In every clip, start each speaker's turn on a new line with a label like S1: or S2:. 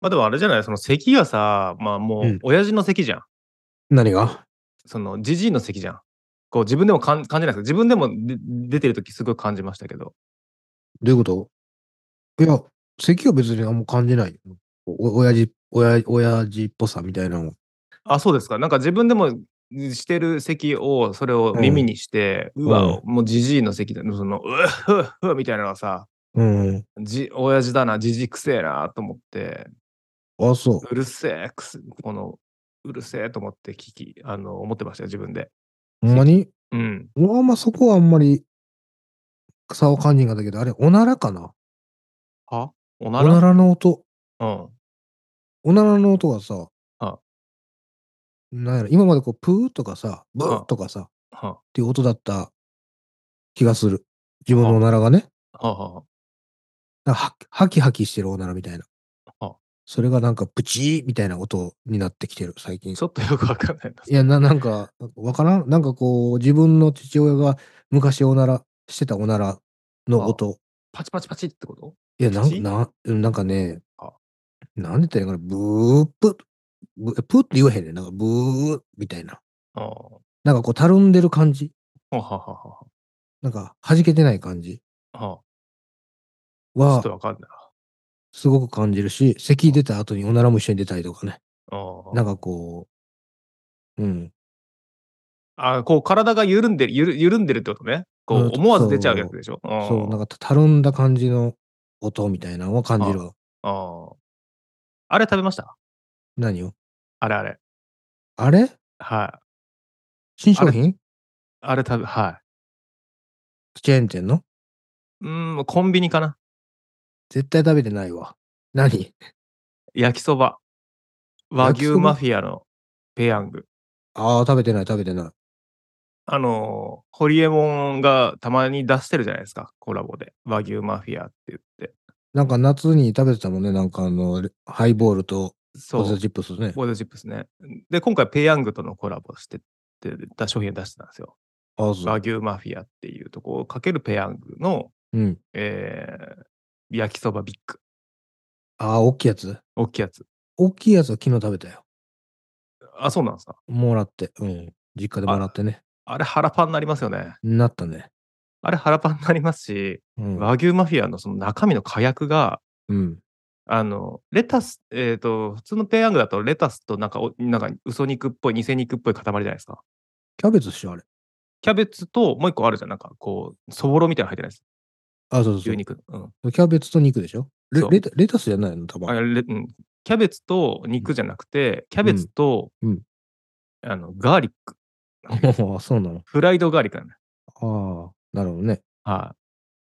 S1: でもあれじゃない、その咳がさ、もう親父の咳じゃん。
S2: 何が？
S1: そのじじいの咳じゃん。こう自分でも感じないですか？自分でも出てる時すごい感じましたけど。
S2: どういうこと？いや、咳は別にあんま感じないよ。親父っぽさみたいなの。
S1: あ、そうですか。なんか自分でもしてる咳を、それを
S2: うん。
S1: 耳にして、うわ、
S2: うん。
S1: もうじじいの咳だ、その、うっふっふみたいなのがさ、
S2: うんうん。
S1: 親父だな、じじくせえなと思って、
S2: あ、そう。
S1: うるせえ、この、うるせえと思って思ってましたよ、自分で。咳。
S2: ほんまに？
S1: うん。
S2: 俺はあんまそこはあんまり差を感じんかったけど、あれ、おならかな？
S1: は？おなら？
S2: おならの音。
S1: うん。
S2: おならの音がさ、
S1: は
S2: なんやろ、今までこうプーとかさ、ブー
S1: は
S2: とかさ、っ
S1: は
S2: ていう音だった気がする。自分の
S1: は
S2: おならがね。
S1: はは
S2: ハキハキしてるおならみたいな。
S1: は。
S2: それがなんかプチーみたいな音になってきてる、最近。
S1: ちょっとよくわかんないな、
S2: いや、なんか、わからん？なんかこう、自分の父親が昔おならしてたおならの
S1: はあ。
S2: 音。
S1: パチパチパチってこと？
S2: いや、
S1: プチ？
S2: なんかね、
S1: は
S2: なんで言ったらいいんかな、プーって言わへんねん。なんかブーみたいな。
S1: あ。は
S2: なんかこうたるんでる感じ。
S1: あはあはあは
S2: なんか弾けてない感じ
S1: あ。はあ。ちょっ
S2: は、
S1: とわかんないな。
S2: すごく感じるし、咳出た後におならも一緒に出たりとかね。
S1: あ
S2: なんか
S1: あ。
S2: こう、うん。
S1: あ、こう体が緩んでるってことね。こう思わず出ちゃうやつでしょ？
S2: そう、なん
S1: あ
S2: かたるんだ感じの音みたいなのを感
S1: あ。は
S2: じるわ。
S1: あ。ああ。あれ食べました？
S2: 何を？
S1: あれあれ。
S2: あれ？
S1: はい。あれ
S2: 新商品？
S1: はい。
S2: チェーン店の？
S1: コンビニかな。
S2: 絶対食べてないわ。何？
S1: 焼きそば、和牛マ
S2: 焼きそば？
S1: フィアのペヤング。
S2: ああー、食べてない。
S1: ホリエモンがたまに出してるじゃないですか、コラボで。和牛マフィアって言って。
S2: なんか夏に食べてたもんね、なんかハイボールとポテト
S1: そ
S2: チップスね。
S1: う、ポテトチップスね。で、今回ペヤングとのコラボして商品を出してたんですよ。
S2: ああ、そ
S1: 和牛マフィアっていうとこをかけるペヤングの、
S2: う。うん。
S1: え焼きそばビッグ、
S2: ああ、おっきいやつ？
S1: おっきいやつ。
S2: おっきいやつは昨日食べたよ。
S1: あ、そうなんすか。
S2: もらって。うん。実家でもら
S1: あ
S2: ってね。
S1: あれ腹パンなりますよね。
S2: なったね。
S1: あれ腹パンなりますし、
S2: うん。
S1: 和牛マフィアのその中身の火薬が、
S2: うん。
S1: レタス普通のペヤングだとレタスとなんか嘘肉っぽい、偽肉っぽい塊じゃないですか。
S2: キャベツっしょ、あれ。
S1: キャベツともう一個あるじゃん、なんかこう、そぼろみたいなの入ってないです。
S2: あ、そうそう
S1: 牛肉。うん。
S2: そう。キャベツと肉でしょ？
S1: そう。
S2: レタスじゃないの？多分あれ。
S1: キャベツと肉じゃなくて、キャベツ
S2: うん。
S1: と、
S2: うん。
S1: ガーリック。
S2: ああ、そうなの。
S1: フライドガーリックなんだよ。
S2: ああ、なるほどね。
S1: はい。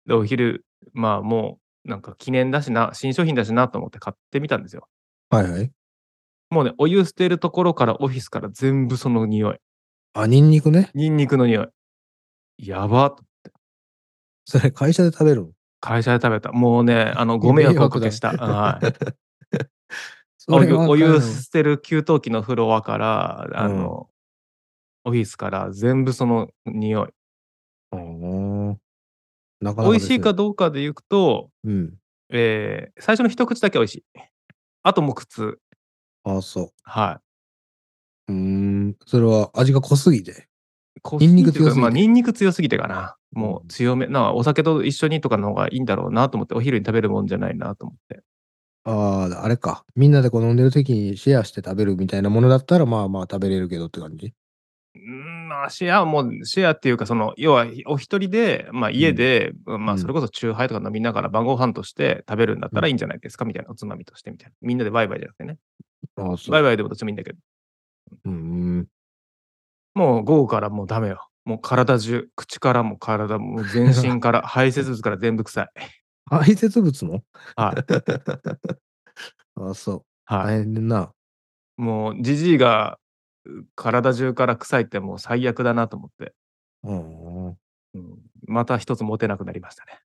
S1: で、お昼、もう、なんか記念だしな、新商品だしなと思って買ってみたんですよ。
S2: はいはい。
S1: もうね、お湯捨てるところからオフィスから全部その匂い。
S2: あ、ニンニクね。
S1: ニンニクの匂い。やばと。
S2: それ会社で食べるん？
S1: 会社で食べた。もうね、
S2: いや、
S1: ご迷惑をお
S2: 迷惑だね。
S1: かけした。はい。
S2: それはあ
S1: お湯
S2: かんよ。
S1: 捨てる給湯器のフロアから、
S2: うん。
S1: オフィスから全部その匂い。
S2: ああ、なか
S1: 美味しい
S2: なかですね。
S1: かどうかでいくと、
S2: うん。
S1: 最初の一口だけ美味しい。あともう苦痛。
S2: ああ、そ
S1: はい。
S2: う。それは味が濃すぎて？
S1: 濃
S2: ニンニク
S1: すぎというか、
S2: 強すぎて？
S1: ニンニク強すぎてかな。
S2: うん。
S1: もう強め、お酒と一緒にとかの方がいいんだろうなと思って、お昼に食べるもんじゃないなと思って。
S2: ああ、あれか。みんなでこう飲んでる時にシェアして食べるみたいなものだったら、まあまあ食べれるけどって感じ？
S1: シェアっていうか、要はお一人で、
S2: うん。
S1: 家で、
S2: うん。
S1: それこそチューハイとか飲みながら晩ご飯として食べるんだっ
S2: うん。
S1: たらいいんじゃないですかみたいな、おつまみとしてみたいな。みんなでワイワイじゃなくてね。
S2: ああ、そ
S1: ワイワイでもどっちもいいんだけど、
S2: う。
S1: もう午後からもうダメよ。もう体中、口からも体も全身から、排泄物から全部臭い。
S2: 排泄物も？
S1: はい。
S2: ああ、そう。
S1: は
S2: 大変だな。
S1: い。もうジジイが、体中から臭いってもう最悪だなと思って、
S2: うん。
S1: うん、また一つモテなくなりましたね。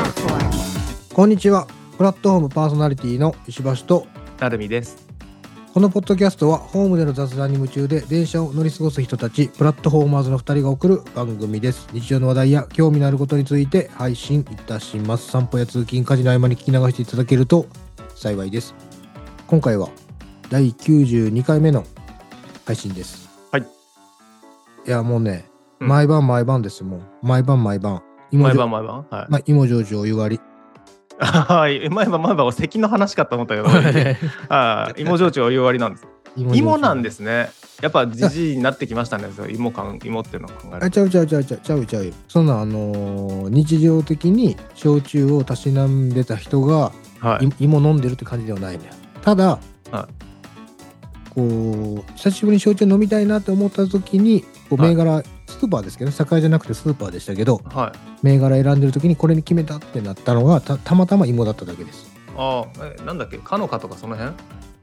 S2: こんにちは。プラットフォームパーソナリティの石橋と、
S1: なるみです。
S2: このポッドキャストはホームでの雑談に夢中で電車を乗り過ごす人たちプラットフォーマーズの2人が送る番組です。日常の話題や興味のあることについて配信いたします。散歩や通勤家事の合間に聞き流していただけると幸いです。今回は第92回目の配信です。
S1: はい。
S2: いやもうね、毎晩ですよ。もう毎晩
S1: 毎晩
S2: はい。芋焼酎お湯割り。
S1: はい、毎晩咳の話かと思ったけど芋焼酎お湯割りなんです。芋なんですね。やっぱじじいになってきましたね。芋っていうのを考える。
S2: ちゃう。そんな日常的に焼酎をたしなんでた人が、芋飲んでるって感じではないね。ただ、こう久しぶりに焼酎飲みたいなって思った時にこう銘柄、スーパーですけど、酒屋じゃなくてスーパーでしたけど、銘柄選んでる時にこれに決めたってなったのがたまたま芋だっただけです。
S1: なんだっけ、かのかとかその辺？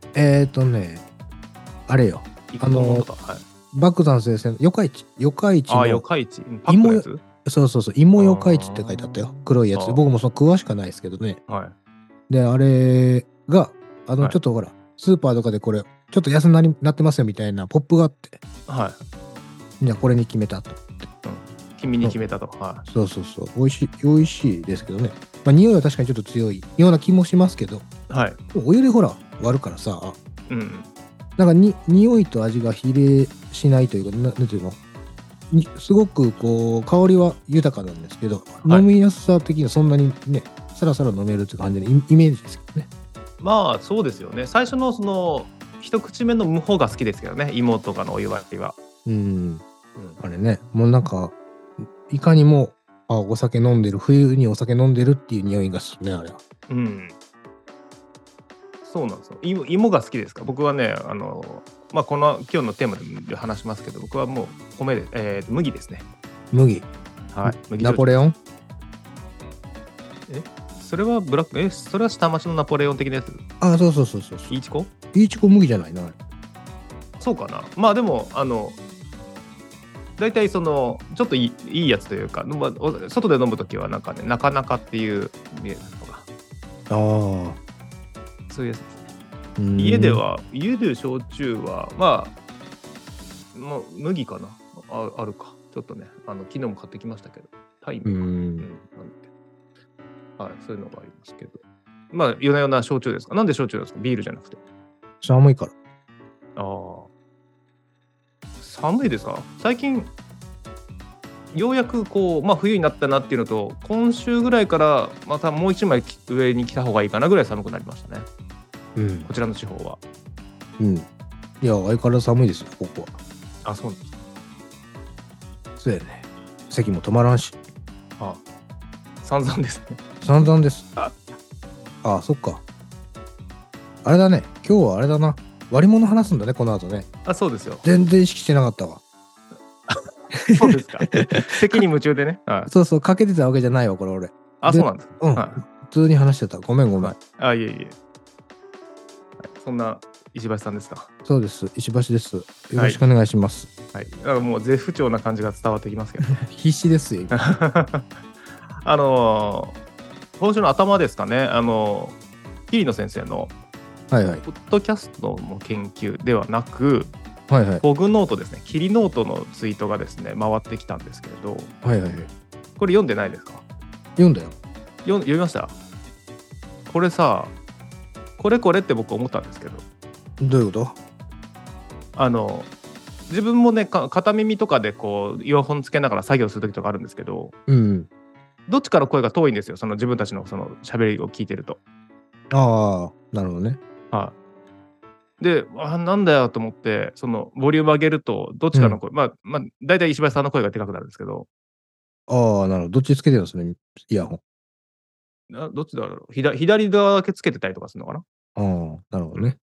S2: あれよ。莫山先生の四日市の。
S1: 四日市。パックのやつ？
S2: そう。芋四日市って書いてあったよ。黒いやつ。僕もその詳しくないですけどね。で、あれが、ちょっとほら、スーパーとかでこれ、ちょっと安なってますよみたいなポップがあって。じゃあこれに決めたと。
S1: 君に決めたと。
S2: そう。美味しいですけどね。まあ、匂いは確かにちょっと強いような気もしますけど。お湯でほら、割るからさ。なんか匂いと味が比例しないというか、なんていうの？すごくこう香りは豊かなんですけど、飲みやすさ的にはそんなにね、さらさら飲めるって感じのイメージですけどね。
S1: まあそうですよね。最初のその一口目の無方が好きですけどね、芋とかのお湯割りは。
S2: あれね、もうなんかいかにもお酒飲んでる、冬にお酒飲んでるっていう匂いがするね、あれは。
S1: そうなんですよ。芋が好きですか？僕はね、まあこの今日のテーマで話しますけど、僕はもう米で、麦ですね。
S2: 麦。
S1: 麦
S2: ナポレオン？
S1: それはそれは下町のナポレオン的なやつ？
S2: そう。
S1: イーチコ？
S2: イーチコ麦じゃないな。
S1: そうかな。まあでも大体そのちょっといいやつというか、外で飲むときはなんかね、なかなかっていうのが。そういうやつですね。家で焼酎はまあもう麦かな。あるか。ちょっとね、昨日も買ってきましたけど、タイムか。なんでそういうのがありますけど。まあ夜な夜な焼酎ですか。なんで焼酎ですか？ビールじゃなくて。
S2: 寒いから。
S1: 寒いですか？最近ようやくこう、まあ、冬になったなっていうのと、今週ぐらいからまたもう一枚上に来た方がいいかなぐらい寒くなりましたね。こちらの地方は。
S2: いや、相変わらず寒いですよ、ここ
S1: は。そうなんです。
S2: そうやね。席も止まらんし。
S1: 散々ですね。
S2: 散々です。そっか。あれだね。今日はあれだな。割り物話すんだね、この後ね。
S1: そうですよ。
S2: 全然意識してなかったわ。
S1: そうですか。席に夢中でね。
S2: そう、かけてたわけじゃないわ、これ俺。
S1: そうなんです。
S2: 普通に話してた。ごめん。
S1: いえ。そんな石橋さんですか？
S2: そうです。石橋です。よろしくお願いします。
S1: もう絶不調な感じが伝わってきますけど。
S2: 必死ですよ。
S1: 今週の頭ですかね。桐野先生のポッドキャストの研究ではなく、ボグノートですね。キリノートのツイートがですね、回ってきたんですけれど、これ読んでないですか？
S2: 読んだよ。
S1: 読みました。これさ、これって僕思ったんですけど。
S2: どういうこと？
S1: 自分もね、片耳とかでこうイヤホンつけながら作業する時とかあるんですけど、どっちから声が遠いんですよ。その自分たちのその喋りを聞いてると。
S2: なるほどね。
S1: で、なんだよと思って、そのボリューム上げるとどっちかの声、まあ大体石橋さんの声がでかくなるんですけど。
S2: なるほど。どっちつけてるんですね、イヤホン。
S1: どっちだろう。左側だけつけてたりとかするのかな。
S2: なるほどね。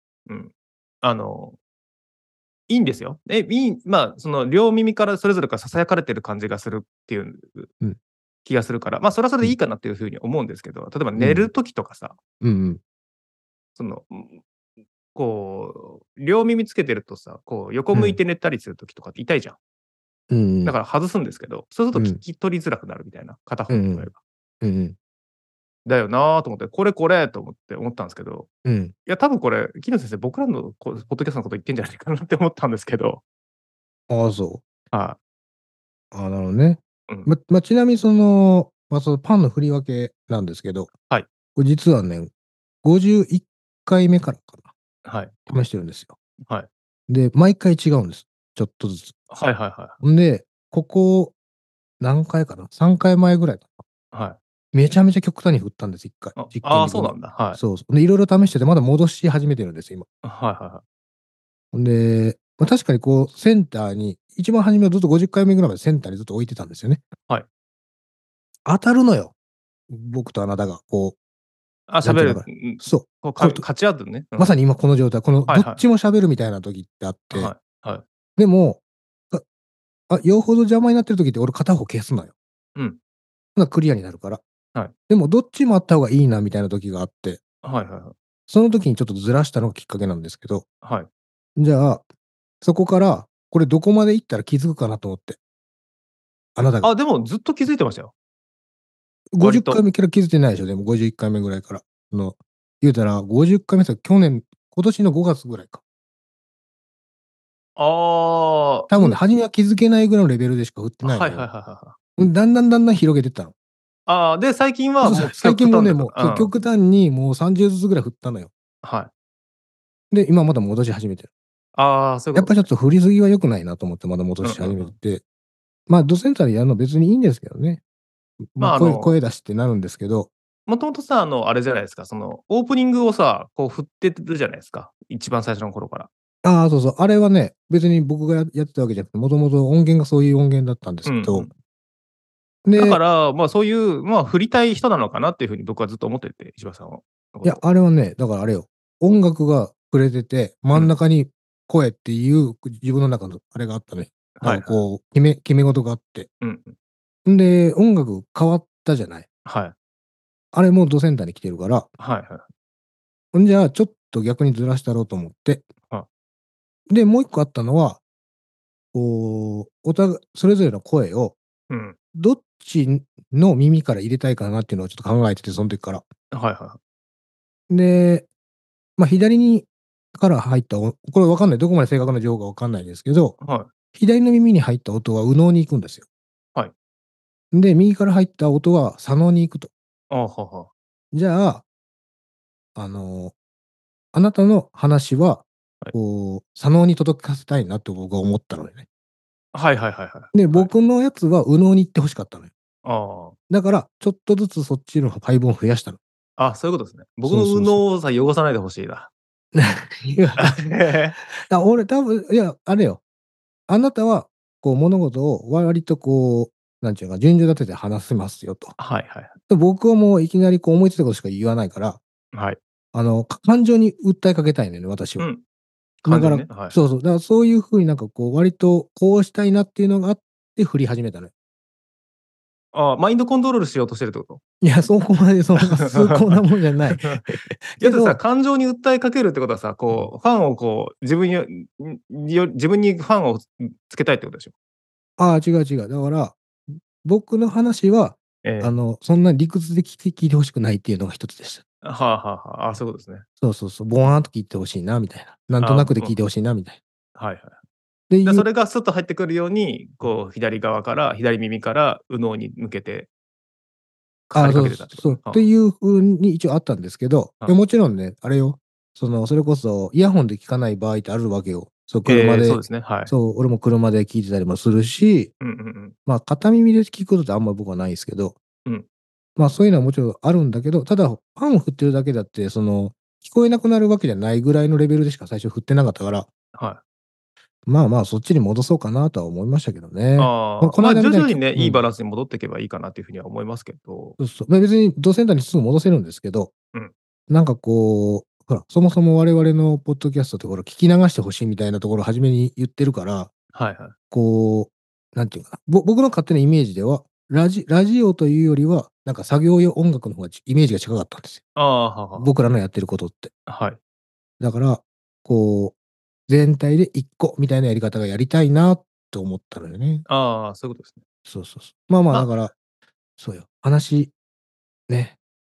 S1: いいんですよ。まあその両耳からそれぞれがささやかれてる感じがするっていう気がするから、まあそれはそれでいいかなっていうふうに思うんですけど、例えば寝る時とかさ、そのこう両耳つけてるとさ、こう横向いて寝たりする時とかって痛いじゃん。だから外すんですけど、そうすると聞き取りづらくなるみたいな、片方の声が。 だよなと思って、これこれと思ったんですけど、
S2: うん。
S1: いや、多分これ、木野先生、僕らのポッドキャストのこと言ってんじゃないかなって思ったんですけど。
S2: ああ、そう。
S1: はい。
S2: ああ、なるほどね。
S1: うん。
S2: ちなみにそのパンの振り分けなんですけど、
S1: はい。
S2: これ実はね、51回目からか
S1: はい。
S2: な、試してるんですよ。
S1: はい。
S2: で、毎回違うんです。ちょっとずつ。
S1: はいはいはい。
S2: んで、ここ何回かな、3回前ぐらいかな。
S1: はい。
S2: めちゃめちゃ極端に振ったんです、1回、実
S1: ああ、
S2: 験的に。
S1: そうなんだ。はい。
S2: そうそう。で、色々試してて、まだ戻し始めてるんですよ、今。
S1: はいはいはい。
S2: ほんで、確かにこうセンターに、一番初めはずっと50回目ぐらいまでセンターにずっと置いてたんですよね。
S1: はい。
S2: 当たるのよ。僕とあなたがこ
S1: あ、
S2: う、なんていうのかな。そう。
S1: こう、
S2: こう
S1: 勝ち合うね。うん。
S2: まさに今この状態、この
S1: はいはい。
S2: どっちも喋るみたいな時ってあって、
S1: はいはい。
S2: でも、よほど邪魔になってる時って俺片方消すのよ。
S1: うん。
S2: クリアになるから。
S1: はい。
S2: でもどっちもあった方がいいなみたいな時があって、
S1: はいはいはい。
S2: その時にちょっとずらしたのがきっかけなんですけど、
S1: はい。
S2: じゃあ、そこから、これどこまで行ったら気づくかなと思って、あなたが。
S1: あ、でもずっと気づいてましたよ。
S2: 50
S1: 割と。
S2: 回目から気づいてないでしょ、でも51回目ぐらいから。言うたら50回目って今年の5月ぐらいか。
S1: ああ、
S2: 多分ね、初めは気づけないぐらいのレベルでしか振ってないのを、
S1: はいはいはいはいはい。
S2: だんだん広げてったの。
S1: ああ、で、最近はもう
S2: 最近もね、
S1: 極端でと。
S2: もう、
S1: うん。
S2: 極端にもう30ずつぐらい振ったのよ。
S1: はい。
S2: で、今また戻し始めてる。
S1: ああ、そういう
S2: やっぱりちょっ
S1: ことですね。
S2: と振りすぎは良くないなと思ってまだ戻
S1: うん
S2: し始
S1: うんうん。
S2: めてて、まあ、ドセンターでやるの別にいいんですけどね。まあ、
S1: まあ、
S2: 声出しってなるんですけど、
S1: もともとさ、あれじゃないですか、オープニングをさ、こう振ってるじゃないですか。一番最初の頃から。
S2: ああ、そうそう、あれはね、別に僕がやってたわけじゃなくて、もともと音源がそういう音源だったんですけど、
S1: うんうん。だか
S2: で、
S1: ら、まあ、そういう、まあ、振りたい人なのかなっていう風に僕はずっと思ってて、石橋さんのこ
S2: いや、
S1: とを。
S2: あれはね、だからあれよ、音楽が触れてて、真ん
S1: うん。
S2: 中に声っていう自分の中のあれがあったね。なん
S1: はいはい。
S2: かこう、決め事があって。
S1: うんうん。
S2: んで、音楽変わったじゃない。
S1: はい。
S2: あれもドセンターに来てるから、
S1: はいはい。
S2: ほんじゃあ、ちょっと逆にずらしたろうと思って。
S1: は
S2: で、もう一個あったのは、それぞれの声を、
S1: うん。
S2: どっちの耳から入れたいかなっていうのをちょっと考えてて、その時から。
S1: はいはいはい。
S2: で、ま、左にから入ったこれわかんない、どこまで正確な情報かわかんないですけど、
S1: はい。
S2: 左の耳に入った音は右脳に行くんですよ。
S1: はい。
S2: で、右から入った音は左脳に行くと。
S1: ああ、はは。
S2: じゃあ、あの、あなたの話は、
S1: はい。
S2: こう、左脳に届かせたいなって僕は思ったのよね。
S1: はいはいはいはい。
S2: で、
S1: はい。
S2: 僕のやつは右脳に行って欲しかったのよ。
S1: ああ。
S2: だから、ちょっとずつそっちの配分を増やしたの。
S1: あ、そういうことですね。僕の右
S2: そうそうそう。
S1: 脳をさ、汚さないで欲しいな。
S2: いや、俺多分、いや、あれよ。あなたは、こう物事を割とこう、なんちゅうか、順序立てて話せますよと。
S1: はいはい。
S2: で、僕はもういきなりこう思いついたことしか言わないから、
S1: はい。
S2: 感情に訴えかけたいのよね、私は。
S1: うん。
S2: だから、
S1: 感情にね、はい。
S2: そうそう、だからそういう風になんかこう割とこうしたいなっていうのがあって振り始めたのよ。
S1: ああ、マインドコントロールしようとしてるってこと？
S2: いや、そこまでそんな崇高なもんじゃない。
S1: いや、だってさ、
S2: けど、
S1: 感情に訴えかけるってことはさ、
S2: うん。
S1: こう、ファンをこう、自分にファンをつけたいってことでしょ？
S2: ああ、違う違う。だから、僕の話は、
S1: ええ。
S2: そんな理屈で聞いて欲しくないっていうのが一つでした。
S1: はあはあはあ。あ、そういうことですね。
S2: そうそうそう、ボワーンと聞いて欲しいなみたいな。なんと
S1: あ、
S2: なくで聞いて欲しいなみたいな。っ
S1: はいはい。
S2: ていう、
S1: それがスッと入ってくるように、
S2: うん。
S1: こう左耳から右脳に向けて語
S2: ああ、
S1: りか
S2: そう
S1: けてたってこと？
S2: そう、って
S1: は
S2: いう風に一応あったんですけど、
S1: あ、はあ。
S2: もちろんね、あれよ、それこそイヤホンで聞かない場合ってあるわけよ。そう、車
S1: ええ、そう
S2: で
S1: ですね、はい。
S2: そう、俺も車で聞いてたりもするし、
S1: うんうんうん。
S2: まあ、片耳で聞くことってあんま僕はないですけど、
S1: うん。
S2: まあ、そういうのはもちろんあるんだけど、ただ、パンを振ってるだけだって、聞こえなくなるわけじゃないぐらいのレベルでしか最初振ってなかったから、
S1: はい。
S2: まあまあ、そっちに戻そうかなとは思いましたけどね。
S1: ああ、まあ、
S2: この間みたいに
S1: 徐々にね、いいバ
S2: うん。
S1: ランスに戻っていけばいいかなっていう風には思いますけど。
S2: そうそう。別にドセンターにすぐ戻せるんですけど、
S1: うん。
S2: なんかこう、ほら、そもそも我々のポッドキャストってほら、聞き流して欲しいみたいなところを初めに言ってるから、
S1: はいはい。
S2: こう、なんていうかな、僕の勝手なイメージでは、ラジオというよりは、なんか作業用音楽の方がイメージが近かったんですよ。
S1: ああ、はあはあ。
S2: 僕らのやってることって。
S1: はい。
S2: だから、こう、全体で1個みたいなやり方がやりたいなと思ったのよね。
S1: ああ、そういうことですね。
S2: そうそうそう。まあまあ、
S1: まあ、
S2: だから、そうよ。話、ね。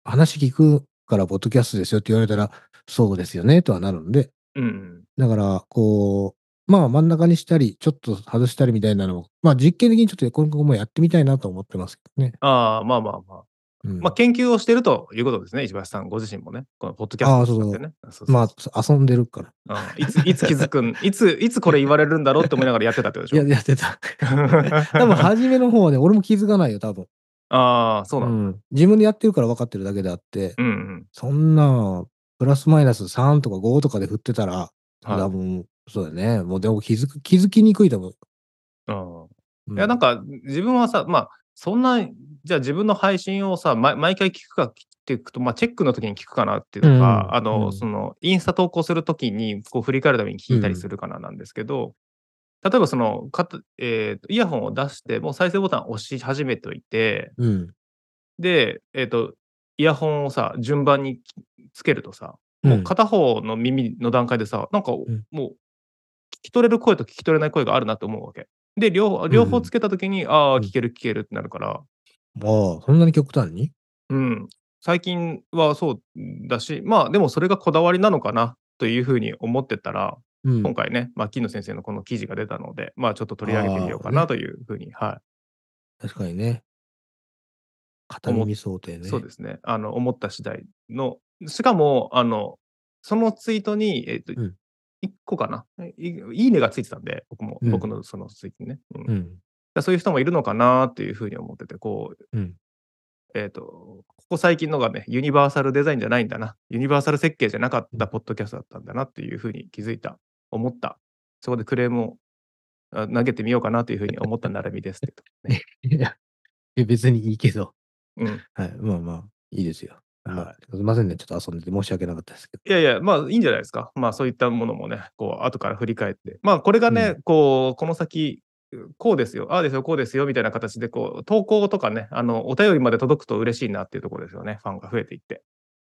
S2: 話聞くからポッドキャストですよって言われたら、そうですよねとはなるんで、
S1: うん。
S2: だから、まあ真ん中にしたり、ちょっと外したりみたいなのを、まあ実験的にちょっと今後もやってみたいなと思ってますけどね。
S1: ああ、まあまあまあ。まあ、
S2: うん。
S1: 研究をしてるということですね、石橋さんご自身もね。このポッドキャスト
S2: ああ、
S1: を
S2: そうそ
S1: 使ってね。そう
S2: う。ま
S1: そうそ
S2: あ、遊んでるから。
S1: う。うん、いつ気づくん、いつこれ言われるんだろうって思いながらやってたってことでし
S2: いや、
S1: ょ？
S2: やってた。多分初めの方はね、俺も気づかないよ、多分。
S1: ああ、そうなんだ。
S2: うん。自分でやってるから分かってるだけであって、
S1: うんうん。
S2: そんな、プラスマイナス3とか5とかで振ってたら、
S1: はい。
S2: そうだよね。もうでも気づきにくいと思う。
S1: うん。いや、なん
S2: うん。
S1: か、自分はさ、まあ、そんな、じゃあ自分の配信をさ、毎回聞くかっていくと、まあ、チェックの時に聞くかなっていう
S2: うんう
S1: のか、
S2: ん。うん。
S1: インスタ投稿する時に、こう振り返るために聞いたりす
S2: うん。
S1: るかななんですけど、例えばイヤホンを出して、もう再生ボタンを押し始めといて、
S2: うん。
S1: で、イヤホンをさ、順番につけるとさ、もう
S2: うん。
S1: 片方の耳の段階でさ、なんか
S2: うん。
S1: もう聞き取れる声と聞き取れない声があるなと思うわけ。で、両方つ
S2: うんうん。
S1: けた時に、ああ、
S2: うん。
S1: 聞けるってなるから、
S2: ああ、そんなに極端に？
S1: うん、最近はそうだし、まあ、でもそれがこだわりなのかなという風に思ってたら、
S2: うん。
S1: 今回ね、まあ、金野先生のこの記事が出たので、まあ、ちょっと取り上げてみようかな
S2: ああ、ね。
S1: という風に、はい、
S2: 確かにね。片
S1: おも
S2: 耳想定ね。
S1: そうですね、思った次第の、しかも、そのツイートに、
S2: うん。
S1: 1個かな、いいねがついてたんで、
S2: うん。
S1: 僕のそのツイートにね。うん。
S2: うん。
S1: そういう人もいるのかなっていう風に思ってて、こう、
S2: うん。
S1: ここ最近のがね、ユニバーサルデザインじゃないんだな、ユニバーサル設計じゃなかったポッドキャストだったんだなっていう風に気づいた、思った。そこでクレームを、投げてみようかなという風に思ったなるみですっていうとね。
S2: いや、別にいいけど。
S1: うん。
S2: はい、まあまあ、いいですよ。まあ、
S1: はい。
S2: すいませんね、ちょっと遊んでて申し訳なかったですけど。
S1: いやいや、まあ、いいんじゃないですか。まあ、そういったものもね、こう後から振り返って、まあ、これがね、
S2: うん。
S1: こう、この先、こうですよ、ああですよ、こうですよみたいな形でこう、投稿とかね、お便りまで届くと嬉しいなっていうところですよね、ファンが増えていって。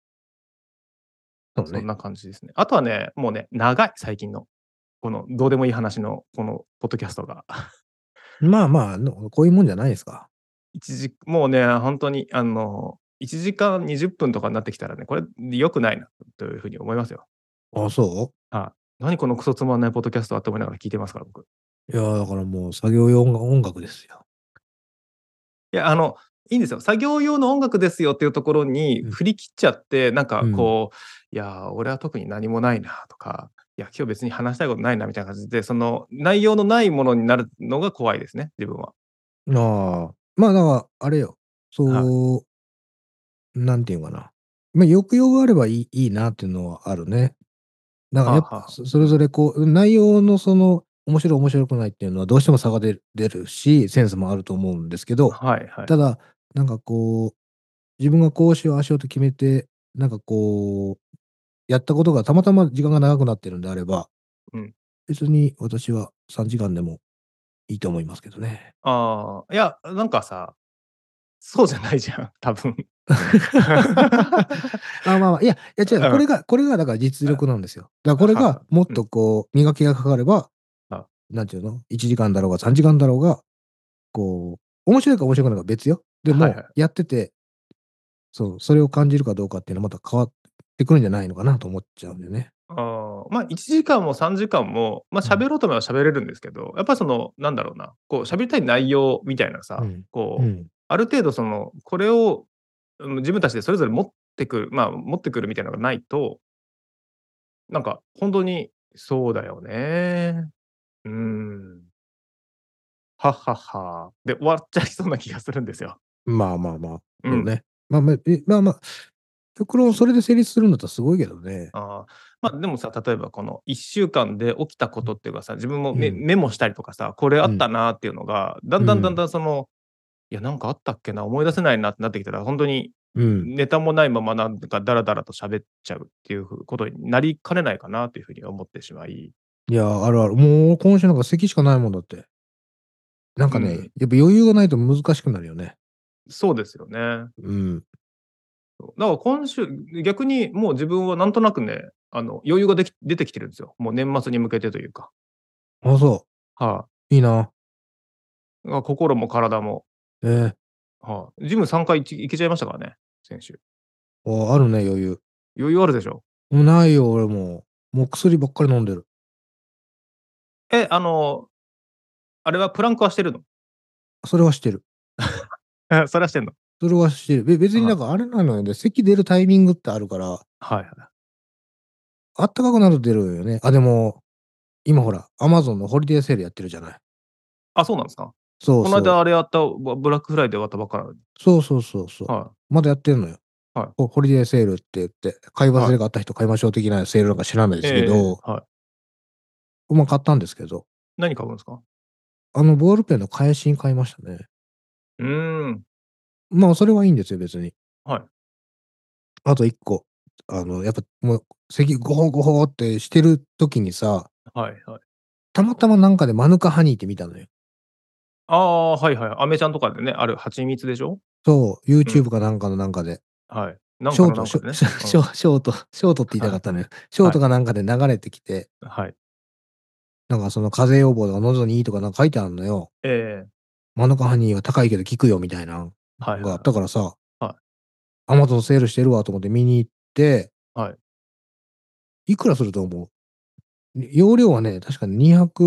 S2: そうね。
S1: そんな感じですね。あとはね、もうね、長い、最近の。このどうでもいい話のこのポッドキャストが。
S2: まあまあ、こういうもんじゃないですか。
S1: もうね、本当に1時間20分とかになってきたらね、これ良くないなという風に思いますよ。
S2: あ、そう？
S1: はい。何このクソつまんないポッドキャストはって思いながら聞いてますから、僕。
S2: いや、だからもう作業用音楽ですよ。
S1: いや、いいんですよ。作業用の音楽ですよっていうところに
S2: うん。
S1: 振り切っちゃって、なんか
S2: うん。
S1: こう、いや、俺は特に何もないなとか、いや、今日別に話したいことないなみたいな感じで、その内容のないものになるのが怖いですね、自分は。
S2: ああ、まあ、だからあれよ、
S1: はい。
S2: なんていうかな、ま、抑揚があればいいなっていうのはあるね。だからやっぱ、
S1: はあはあ。
S2: それ
S1: うん。
S2: ぞれ内容の面白い面白くないっていうのはどうしても差が出るし、センスもあると思うんですけど、
S1: はいはい。
S2: ただ、なんか自分がこうしよう、ああしようと決めて、やったことがたまたま時間が長くなってるんであれば、
S1: うん。
S2: 別に私は3時間でもいいと思いますけどね。
S1: ああ、いや、なんかさ、そうじゃないじゃん、多分。
S2: あ、まあまあ、いや違う、
S1: うん。
S2: これがだから実
S1: あ、
S2: 力なんですよ。だからこれ
S1: はは。
S2: がもっ
S1: うん。
S2: と磨きがかかれば、
S1: あ、
S2: なんていうの、1時間だろうが3時間だろうが、面白いか面白くないか別よ。でも、
S1: はいはい。
S2: やってて、それを感じるかどうかっていうのはまた変わってくるんじゃないのかなと思っちゃうんだよね。
S1: ああ、ま、1時間も3時間も、ま、
S2: うん。
S1: 喋ろうと思えば喋れるんですけど、やっぱその、なんだろうな、こう喋りたい内容みたいなさ、
S2: うん。う
S1: こう、
S2: ん。
S1: ある程度その、これを、自分たちでそれぞれ持ってくるみたいなのがないと、なんかほんとにそうだよね。うーん。はっはっは。で、終わっちゃいそうな気がするんですよ。
S2: まあまあまあ、
S1: うん。
S2: そうね。まあまあ、極論それで成立するんだったらすごいけどね。
S1: ああ、ま、でもさ、例えばこの1週間で起きたことっていうかさ、自分も
S2: うん。
S1: メモしたりとかさ、これあ
S2: うん。
S1: ったなっていうのが、だんだんだん
S2: うん。
S1: だんその、いやなんかあったっけな、思い出せないなってなってきたら、ほんとに
S2: うん。
S1: ネタもないままなんかダラダラと喋っちゃうっていうことになりかねないかなという風に思ってしまい。
S2: いや、あるある。もう今週なんか咳しかないもんだって。なんかね、
S1: うん、
S2: やっぱ余裕がないと難しくなるよね。
S1: そうですよね。
S2: うん。
S1: だから今週、逆にもう自分はなんとなくね、余裕が出てきてるんですよ。もう年末に向けてというか。
S2: あ、そ
S1: はい、
S2: う。いいな。
S1: 心も体も。
S2: ええ。
S1: はい、ジム3回行けちゃいましたからね、先週。
S2: あるね、余裕。
S1: 余裕あるでしょ？
S2: もうないよ、俺も。もう薬ばっかり飲んでる。
S1: え、あれはプランクはしてるの？
S2: それはしてる。
S1: それはしてんの？
S2: それはしてる。別に
S1: はい。
S2: なんかあれなのよね、咳出るタイミングってあるから、
S1: はいはい。
S2: あったかくなると出るよね。あ、でも、今ほら、アマゾンのホリデーセールやってるじゃない。
S1: あ、そうなんですか？この
S2: そうそう。
S1: 間あれやった、ブラックフライデー終わったばっかなのに。
S2: そうそうそうそう。
S1: はい。
S2: まだやってんのよ。
S1: はい。
S2: ホリデーセールって言って、買い忘
S1: はい。
S2: れがあった人買いましょう的なセールなんか知らないで
S1: ええ
S2: すけど、
S1: はい。
S2: ま、買ったんですけど、
S1: 何買うんですか？
S2: ボールペンの返しに買いましたね。
S1: うーん。
S2: まあ、それはいいんですよ、別に。
S1: はい。
S2: あと1個、やっぱもう、咳ゴホゴホってしてる時にさ、
S1: はいはい。
S2: たまたまなんかでマヌカハニーって見たのよ。
S1: ああ、はいはい。アメちゃんとかでね、ある蜂蜜でしょ？
S2: そう、
S1: うん。
S2: YouTube かなんかのなんかで、
S1: はい。なんかのなんかでね。うん。
S2: ショートって言いたか
S1: はい。
S2: ったのよ。ショー
S1: はい。
S2: トかなんかで流れてきて、
S1: はい。
S2: なんかその風邪予防とか喉にいいとかなんか書いてあんのよ。
S1: ええ。
S2: マヌカハニーは高いけど効くよみたいなんがあっ
S1: はいはいはい。
S2: たからさ、
S1: はい。
S2: アマゾンセールしてるわと思って見に行って、
S1: はい。
S2: いくらすると思う？容量はね、確かに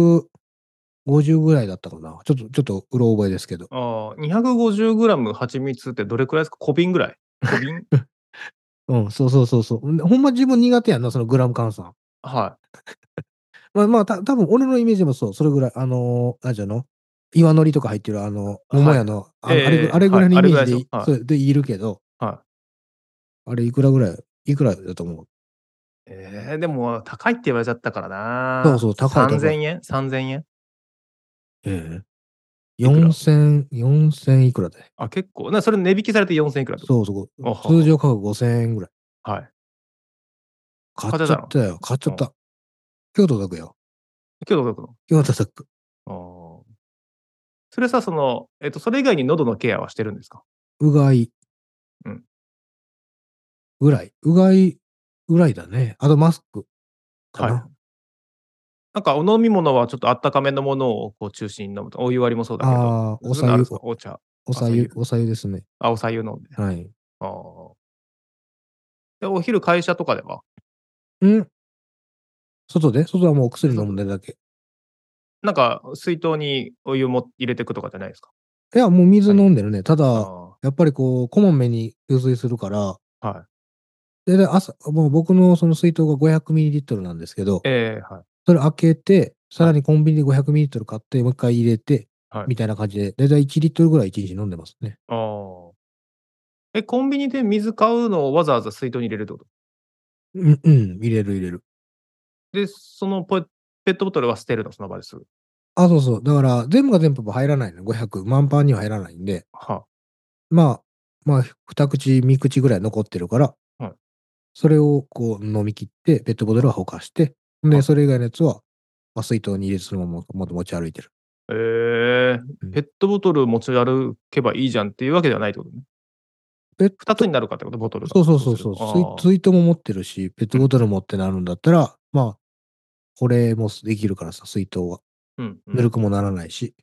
S2: 250ぐらいだったかな。ちょっとうろ覚えですけど。
S1: ああ、250グラム蜂蜜ってどれくらいですか？小瓶ぐらい？小瓶？
S2: うん、そうそうそうそう。ほんま自分苦手やんな、そのグラム換算。
S1: はい。
S2: まあ、多分俺のイメージでもそう、それぐらい、なんちゅうの、岩のりとか入ってる桃
S1: はい。
S2: 屋の、
S1: ええええ、はい。
S2: あれぐらいのイ
S1: あれぐらいでしょ？
S2: メージで、
S1: はい。
S2: それでいるけど、
S1: はい。
S2: あれいくらだと思う？
S1: ええ、でも高いって言われちゃったからな。
S2: そうそう、高い高い。
S1: 3000円？3000円？
S2: ええ。
S1: いくら？
S2: 4000いくらで。
S1: あ、結構、それ値引きされて4000いくらってこと？
S2: そうそう、
S1: あ、はは。
S2: 通常価格5000円ぐらい。
S1: はい。
S2: 買っ
S1: 買ってたの？
S2: ちゃったよ、買っちゃ
S1: うん。
S2: った。今日届くよ。
S1: 今日届くの？
S2: 今日届く。
S1: ああ。それさ、それ以外に喉のケアはしてるんですか？
S2: うがい
S1: うん。
S2: うがいぐらいだね。あとマスクか
S1: はい。
S2: な。
S1: なんかお飲み物はちょっとあったかめのものをこう中心に飲むと、お湯割りもそうだけど、
S2: ああ、
S1: そういうのあるんですか？お茶、朝夕。
S2: お白湯ですね。
S1: あ、お白湯飲んで。
S2: はい。
S1: ああ。で、お昼会社とかでは、
S2: ん？外はもうお薬飲ん
S1: 外で、
S2: でるだけ。
S1: なんか水筒にお湯も入れてくとかじゃないですか？
S2: いや、もう水
S1: 何？
S2: 飲んでるね。ただ、
S1: あ
S2: やっぱりこう、こまめに給水するから、
S1: あ、はい。
S2: もう僕のその水筒が 500ml なんですけど、
S1: ええ、はい。
S2: それ開けて、さ
S1: はい。
S2: らにコンビニで 500ml 買って、もう一回入れて、
S1: はい。
S2: みたいな感じで、だいたい1リットルぐらい1日飲んでますね。
S1: ああ。コンビニで水買うのをわざわざ水筒に入れるってこと？
S2: うんうん、入れる。
S1: で、ペットボトルは捨てるの？その場ですぐ。
S2: あ、そうそう。だから、全部が全部入らないの、500、満杯には入らないんで、
S1: は
S2: ま2口、3口ぐらい残ってるから、
S1: はい。
S2: それをこう飲み切って、ペットボトルは
S1: は
S2: ほかして、で、
S1: はい。
S2: それ以外のやつは、水筒に入れてそのまま持ち歩いてる。
S1: ええ、
S2: うん。
S1: ペットボトル持ち歩けばいいじゃんっていうわけではないってことね。
S2: ペッ
S1: 2つ
S2: ト
S1: になるかってこと？ボトルが、
S2: そうそう
S1: そうすると。
S2: そうそう、
S1: ああ。
S2: 水筒も持ってるし、ペット
S1: うんうん。
S2: ボトルもってなるんだったら、保冷もできるからさ、水筒は。
S1: うんう
S2: ぬるくもな
S1: んうん。
S2: らないし。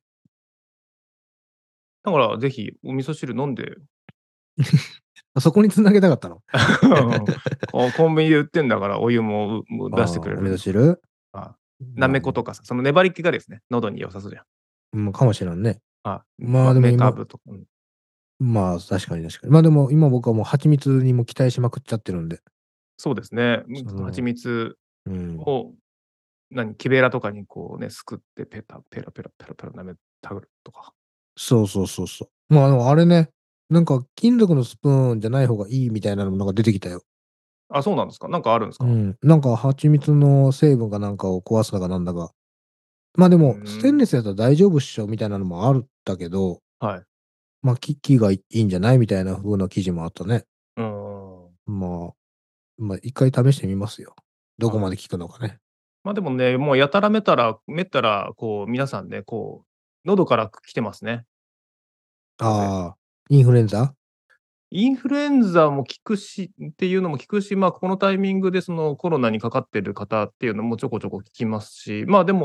S1: だからぜひお味噌汁飲んで。
S2: そこに繋げたかったの？
S1: コンビニで売ってんだから、お湯も、
S2: あ
S1: 出してく
S2: あ、お
S1: れるんですから。
S2: 味噌汁？
S1: な
S2: まあ、
S1: めことかさ、その粘り気がですね、喉に良さそうじゃん。
S2: かもしらんね。でも
S1: めか
S2: 今
S1: ぶとか、うん。
S2: 確かに確かに。でも今僕はもう蜂蜜にも期待しまくっちゃってるんで。
S1: そうですね。蜂
S2: その
S1: 蜜
S2: うん。
S1: を、木べらとかにこうね、すくってペラペラ舐めたぐるとか。
S2: そうそうそうそう。でもあれね、なんか金属のスプーンじゃない方がいいみたいなのもなんか出てきたよ。
S1: あ、そうなんですか？なんかあるんですか？
S2: うん。なんか蜂蜜の成分かなんかを壊すのかなんだか。で
S1: うー
S2: も、ステン
S1: ん。
S2: レスやったら大丈夫っしょみたいなのもあるったけど、
S1: はい。
S2: 木がいいんじゃないみたいな風な記事もあったね。
S1: うーん。
S2: まあ、一回試してみますよ。どこ
S1: はい。
S2: まで効くのかね。
S1: でもね、もうやたらめったら、こう皆さんね、こう、喉から来てますね、風邪。
S2: ああ、インフルエンザ？
S1: インフルエンザも効くしっていうのも効くし、このタイミングでそのコロナにかかってる方っていうのもちょこちょこ聞きますし、でも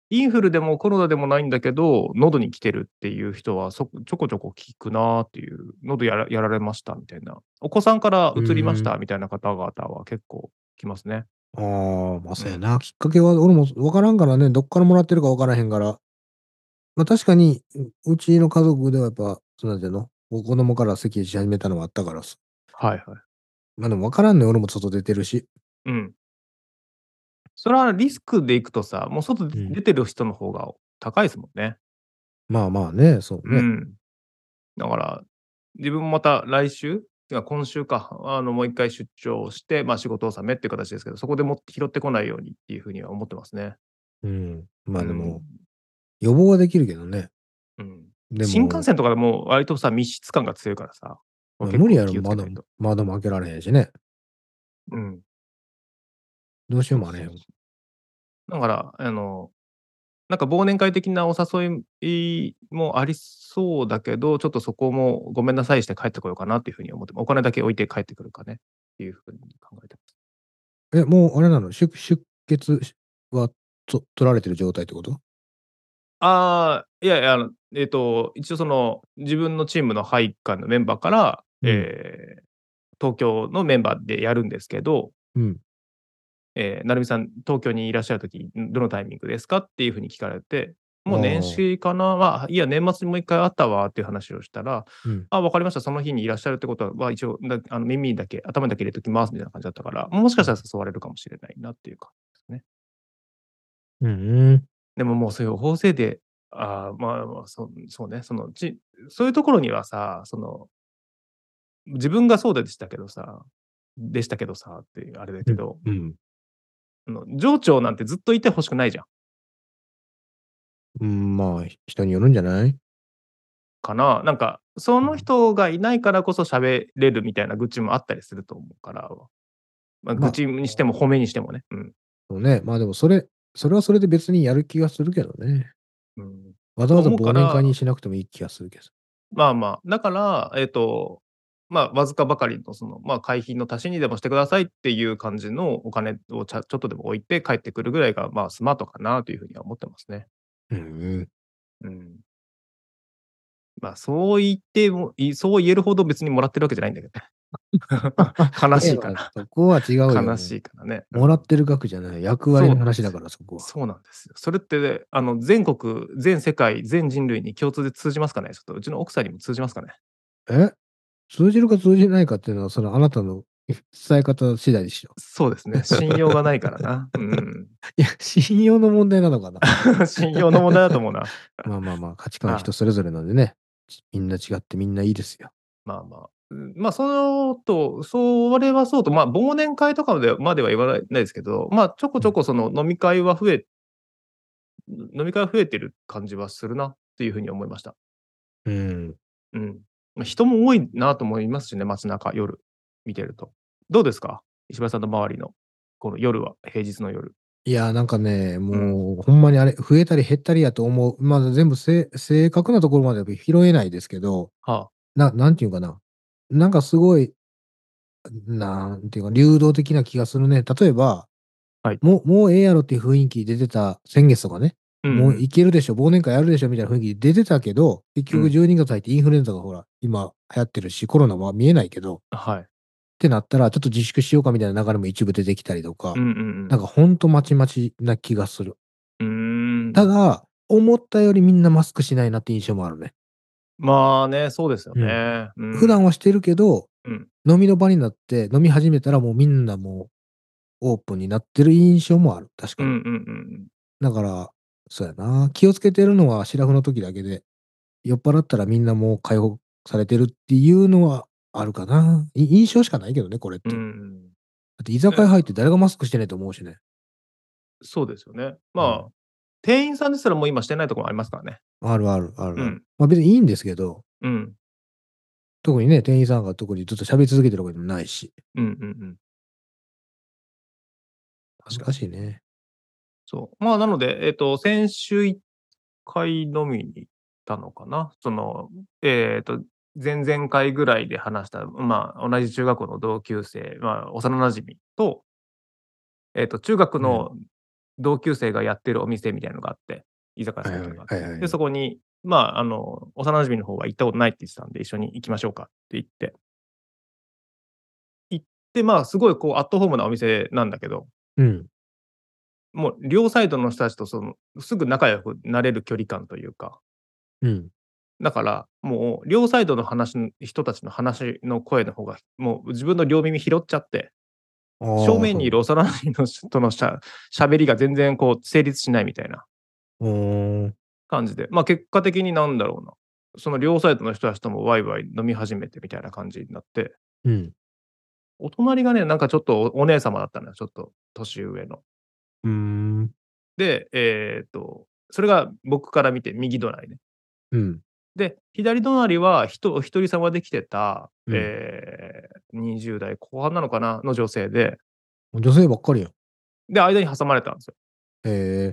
S1: インフルでもコロナでもないんだけど、喉に来てるっていう人は、ちょこちょこ聞くなっていう、喉やられましたみたいな、お子さんから
S2: う
S1: 移りまし
S2: ーん。
S1: たみたいな方々は結構来ますね。
S2: ああ、ま、
S1: うん。
S2: そうやな。きっかけは俺も分からんからね、どっからもらってるか分からへんから。ま、確かに、うちの家族ではやっぱ、なんていうの、子供から咳し始めたのもあったから
S1: はいはい。
S2: ま、でも分からんね、俺も外出てるし。
S1: うん。それはリスクでいくとさ、もう外
S2: うん。
S1: 出てる人の方が高いですもんね。
S2: まあまあね、そうね。
S1: うん。だから、自分もまた来週、てか今週か、もう一回出張して、ま、仕事納めっていう形ですけど、そこでもって拾ってこないようにっていう風には思ってますね。
S2: うん。
S1: う
S2: まあ、でも、
S1: ん。
S2: 予防はできるけどね。
S1: うん。新幹
S2: でも、
S1: 線とかでも割とさ、密室感が強いからさ、これ
S2: ま、
S1: 結構
S2: 無理やろ、
S1: 気をつけないと。
S2: 窓も開けられへんしね。
S1: うん。
S2: どうしようもあれへん。
S1: そうそうそう。だから、なんか忘年会的なお誘いもありそうだけど、ちょっとそこもごめんなさいして帰ってこようかなっていう風に思って、お金だけ置いて帰ってくるかねっていう風に考えてます。
S2: え、もうあれなの、出血は、取られてる状態ってこと？
S1: ああ、いやいや、一応その、自分のチームの配下のメンバーから、
S2: うん、
S1: 東京のメンバーでやるんですけど、
S2: うん。
S1: 「成美さん、東京にいらっしゃる時、どのタイミングですか？」っていう風に聞かれて、
S2: あ
S1: 「もう年
S2: あ、
S1: 始かな、まあ、いや、年末にもう一回あったわ」っていう話をしたら、
S2: うん、
S1: 「あ、分かりました。その日にいらっしゃるってことは、一応、耳だけ、頭だけ入れときます」みたいな感じだったから、もしかした
S2: うん。
S1: ら誘われるかもしれないなっていう感じですね。
S2: うんうん。
S1: でももうそういう法制で、そうね、そういうところにはさ、自分がそうでしたけどさっていうあれだ
S2: うん、
S1: けど、
S2: うん。
S1: 上長なんてずっといて欲しくないじゃん。
S2: うん、まあ、人によるんじゃない？
S1: かな。なんか、その
S2: うん。
S1: 人がいないからこそ喋れるみたいな愚痴もあったりすると思うから、ま、
S2: まあ、
S1: 愚痴にしても褒めにしてもね。うん。
S2: そうね、まあ、でもそれはそれで別にやる気がするけどね。
S1: うん。
S2: わざ
S1: と思うか
S2: わざ忘年会
S1: ら、
S2: にしなくてもいい気がするけど。
S1: まあまあ、だから、わずかばかりの会費の足しにでもしてくださいっていう感じのお金をちょっとでも置いて帰ってくるぐらいが、まあ、スマートかなという風には思ってますね。
S2: うんうん。
S1: うん。まあ、そう言えるほど別にもらってるわけじゃないんだけどね。悲しいかな。
S2: そこは違うよ、
S1: 悲
S2: も
S1: しいからね。
S2: う。
S1: うん。
S2: もらってる額じゃない、役割
S1: そう
S2: の
S1: なんですよ。
S2: 話だから、そこは。
S1: そうなんですよ。それって、全国、全世界、全人類に共通で通じますかね？ちょっとうちの奥さんにも通じますかね？
S2: え？通じるか通じないかっていうのは、そのあなたの伝え方次第でしょ。
S1: そうですね、信用がないからな。うん。
S2: いや、信用の問題なのかな。
S1: 信用の問題だと思うな。
S2: まあまあまあ、価値観は
S1: はい。
S2: 人それぞれなんでね。みんな違ってみんないいですよ。
S1: まあまあ。うん、まあ、それはそうと、まあ、忘年会とかまでは言わないですけど、まあ、ちょこ
S2: うん。
S1: ちょこ飲み会は増えてる感じはするなっていう風に思いました。
S2: うん。
S1: うん。ま、人も多いなと思いますしね、街中、夜見てると。どうですか？石橋さんの周りの、この夜は、平日の夜。
S2: いや、なんかね、
S1: うん。
S2: もうほんまにあれ、増えたり減ったりやと思う。まだ全部正確なところまでは拾えないですけど、
S1: はあ。
S2: なんていうかな、なんかすごい、なんていうか、流動的な気がするね。例えば、
S1: はい。
S2: もうええやろっていう雰囲気出てた先月とかね、もう
S1: うんうん。
S2: いけるでしょ、忘年会やるでしょみたいな雰囲気出てたけど、結局
S1: うん。
S2: 12月入ってインフルエンザがほら、今流行ってるし、コロナは見えないけど、っ
S1: はい。
S2: てなったら、ちょっと自粛しようかみたいな流れも一部出てきたりとか、
S1: うんうんうん。
S2: なんかほんとまちまちな気がする。
S1: うーん。
S2: ただ、思ったよりみんなマスクしないなって印象もあるね。
S1: まあね、そうですよ
S2: うん。
S1: ね。うん。
S2: 普段はしてるけど、
S1: うん。
S2: 飲みの場になって飲み始めたらもうみんなもうオープンになってる印象もある、確かに。
S1: うんうんうんうん。
S2: だから、そうやな、気をつけてるのはシラフの時だけで、酔っ払ったらみんなもう解放されてるっていうのはあるかな。印象しかないけどね、これっ
S1: う
S2: て。だ
S1: ん。
S2: って居酒屋入って誰がマスクしてないと思うしね。
S1: そうですよね。まあ、
S2: うん。
S1: 店員さんですらもう今してないところありますからね。
S2: あるある、あるある。
S1: うん。
S2: ま、別にいいんですけど、
S1: うん。
S2: 特にね、店員さんが特にずっと喋り続けてるわけでもないし。
S1: うんうんうん。確かに。
S2: 難しいね。
S1: そう。まあ、なので、先週1回飲みに行ったのかな。えっと、前々回ぐらいで話した、まあ、同じ中学校の同級生、まあ、幼馴染と、中学
S2: うん。
S1: の同級生がやってるお店みたいなのがあって、居酒屋さんみたいなのがあって、で、そ
S2: はいはい。
S1: こに、まあ、幼馴染の方は行ったことないって言ってたんで、一緒に行きましょうかって行って、まあ、すごいこうアットホームなお店なんだけど、
S2: うん。
S1: もう両サイドの人たちとすぐ仲良くなれる距離感というか、
S2: うん。
S1: だから、もう両サイドの人たちの話の声の方が、もう自分の両耳拾っちゃって、正
S2: ああ、そう。
S1: 面にいる幼馴染の人との喋りが全然こう成立しないみたいな
S2: うーん。
S1: 感じで、ま、結果的になんだろうな、その両サイドの人たちともワイワイ飲み始めてみたいな感じになって、
S2: うん。
S1: お隣がね、なんかちょっとお姉様だったのよ、ちょっと年上の。
S2: うーん。
S1: で、それが僕から見て右隣ね。
S2: うん。
S1: で、左隣はお一人様で来てた、
S2: うん。
S1: 20代後半なのかな、の女性で、
S2: 女性ばっかりやん。
S1: で、間に挟まれたんですよ。
S2: へえ。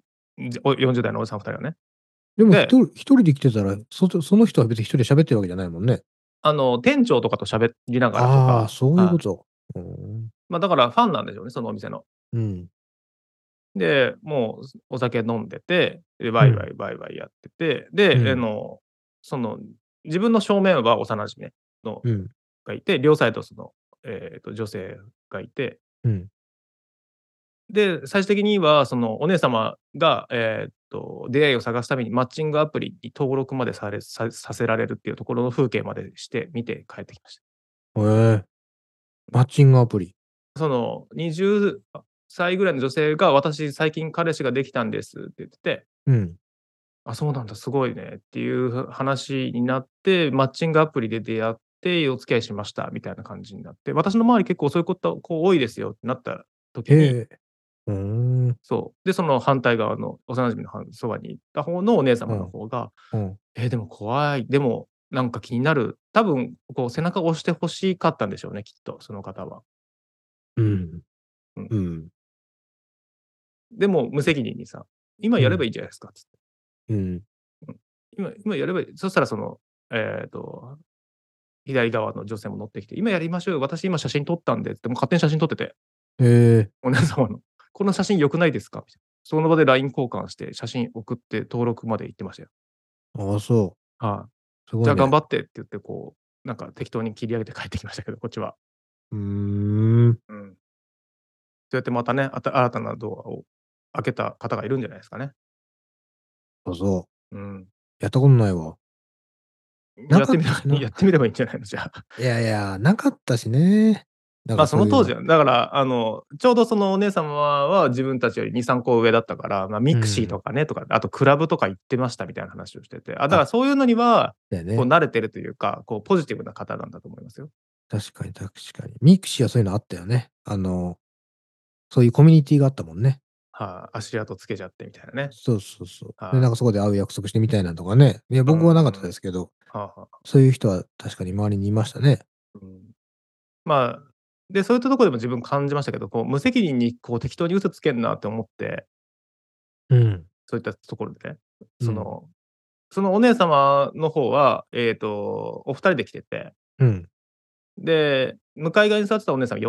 S1: 40代のおじさん2人がね。
S2: でも
S1: で、
S2: 一人で来てたら、その人は別に一人で喋ってるわけじゃないもんね。
S1: 店長とかと喋りながらと
S2: ああ、
S1: か、
S2: そういう
S1: はい。
S2: こと。うーん。
S1: ま、だからファンなんでしょうね、そのお店の。
S2: うん。
S1: で、もうお酒飲んでて、で、ワイワ
S2: うん。
S1: イワイワイやってて、で、
S2: うん。
S1: その、自分の正面は幼馴染ねの
S2: うん。
S1: がいて、両サイド女性がいて、
S2: うん。
S1: で、最終的にはそのお姉様が、出会いを探すためにマッチングアプリに登録までさせられるっていうところの風景までして見て帰ってきました。
S2: へえ。マッチングアプリ。
S1: その20歳ぐらいの女性が「私最近彼氏ができたんです」って言ってて、
S2: うん。
S1: あ、そうなんだ、すごいねっていう話になって、マッチングアプリで出会ってお付き合いしましたみたいな感じになって、私の周り結構そういう子多いですよってなった時に、
S2: へえ。うーん。
S1: そう、で、その反対側の幼馴染のそばに行った方のお姉様の
S2: うん。
S1: 方が、
S2: うん。
S1: でも怖い、でもなんか気になる、多分こう背中を押して欲しかったんでしょうね、きっと、その方は。
S2: うん。
S1: うん。
S2: うん。
S1: でも無責任にさ、今
S2: うん。
S1: やればいいじゃないですかっつって。
S2: うん。
S1: うん。今やればいい。そしたらえっと左側の女性も乗ってきて、今やりましょうよ、私今写真撮ったんでって、もう勝手に写真撮ってて、
S2: へえ。
S1: お姉様の。この写真良くないですかみたいな。その場で LINE 交換して写真送って登録まで行ってましたよ。
S2: ああ、そう。
S1: はい。じゃあ頑
S2: すごいね。
S1: 張ってって言って、こう、なんか適当に切り上げて帰ってきましたけど、こっちは。
S2: うーん。
S1: うん。そうやってまたね、新たなドアを開けた方がいるんじゃないですかね。
S2: あ、そう。
S1: うん。
S2: やったことないわ。なかったしな。
S1: やってみればいいんじゃないの、じゃあ。
S2: いやいや、なかったしね。なん
S1: ま、
S2: かそういうの。
S1: その当時は、だから、ちょうどそのお姉様は自分たちより2、3個上だったから、ま、ミクシーと
S2: うん。
S1: かねとか、あとクラブとか行ってましたみたいな話をしてて、だか
S2: あ、
S1: らそういうのには、こう
S2: だよね。
S1: 慣れてるというか、こうポジティブな方なんだと思いますよ。
S2: 確かに確かに。ミクシーはそういうのあったよね。そういうコミュニティがあったもんね。
S1: はい、足跡つけちゃってみたいなね。
S2: そうそうそう。で、なん
S1: はい。
S2: かそこで会う約束してみたいなんとかね。いや、
S1: う
S2: 僕はなかった
S1: ん。
S2: ですけど、
S1: はあはあ。
S2: そういう人は確かに周りにいましたね。
S1: うん。まあ、で、そういったところでも自分感じましたけど、こう無責任にこう適当に嘘つけんなって思って、
S2: うん。
S1: そういったところでね、
S2: うん。
S1: そのお姉様の方は、お二人で来てて、
S2: うん。
S1: で、向かい側に座ってたお姉さん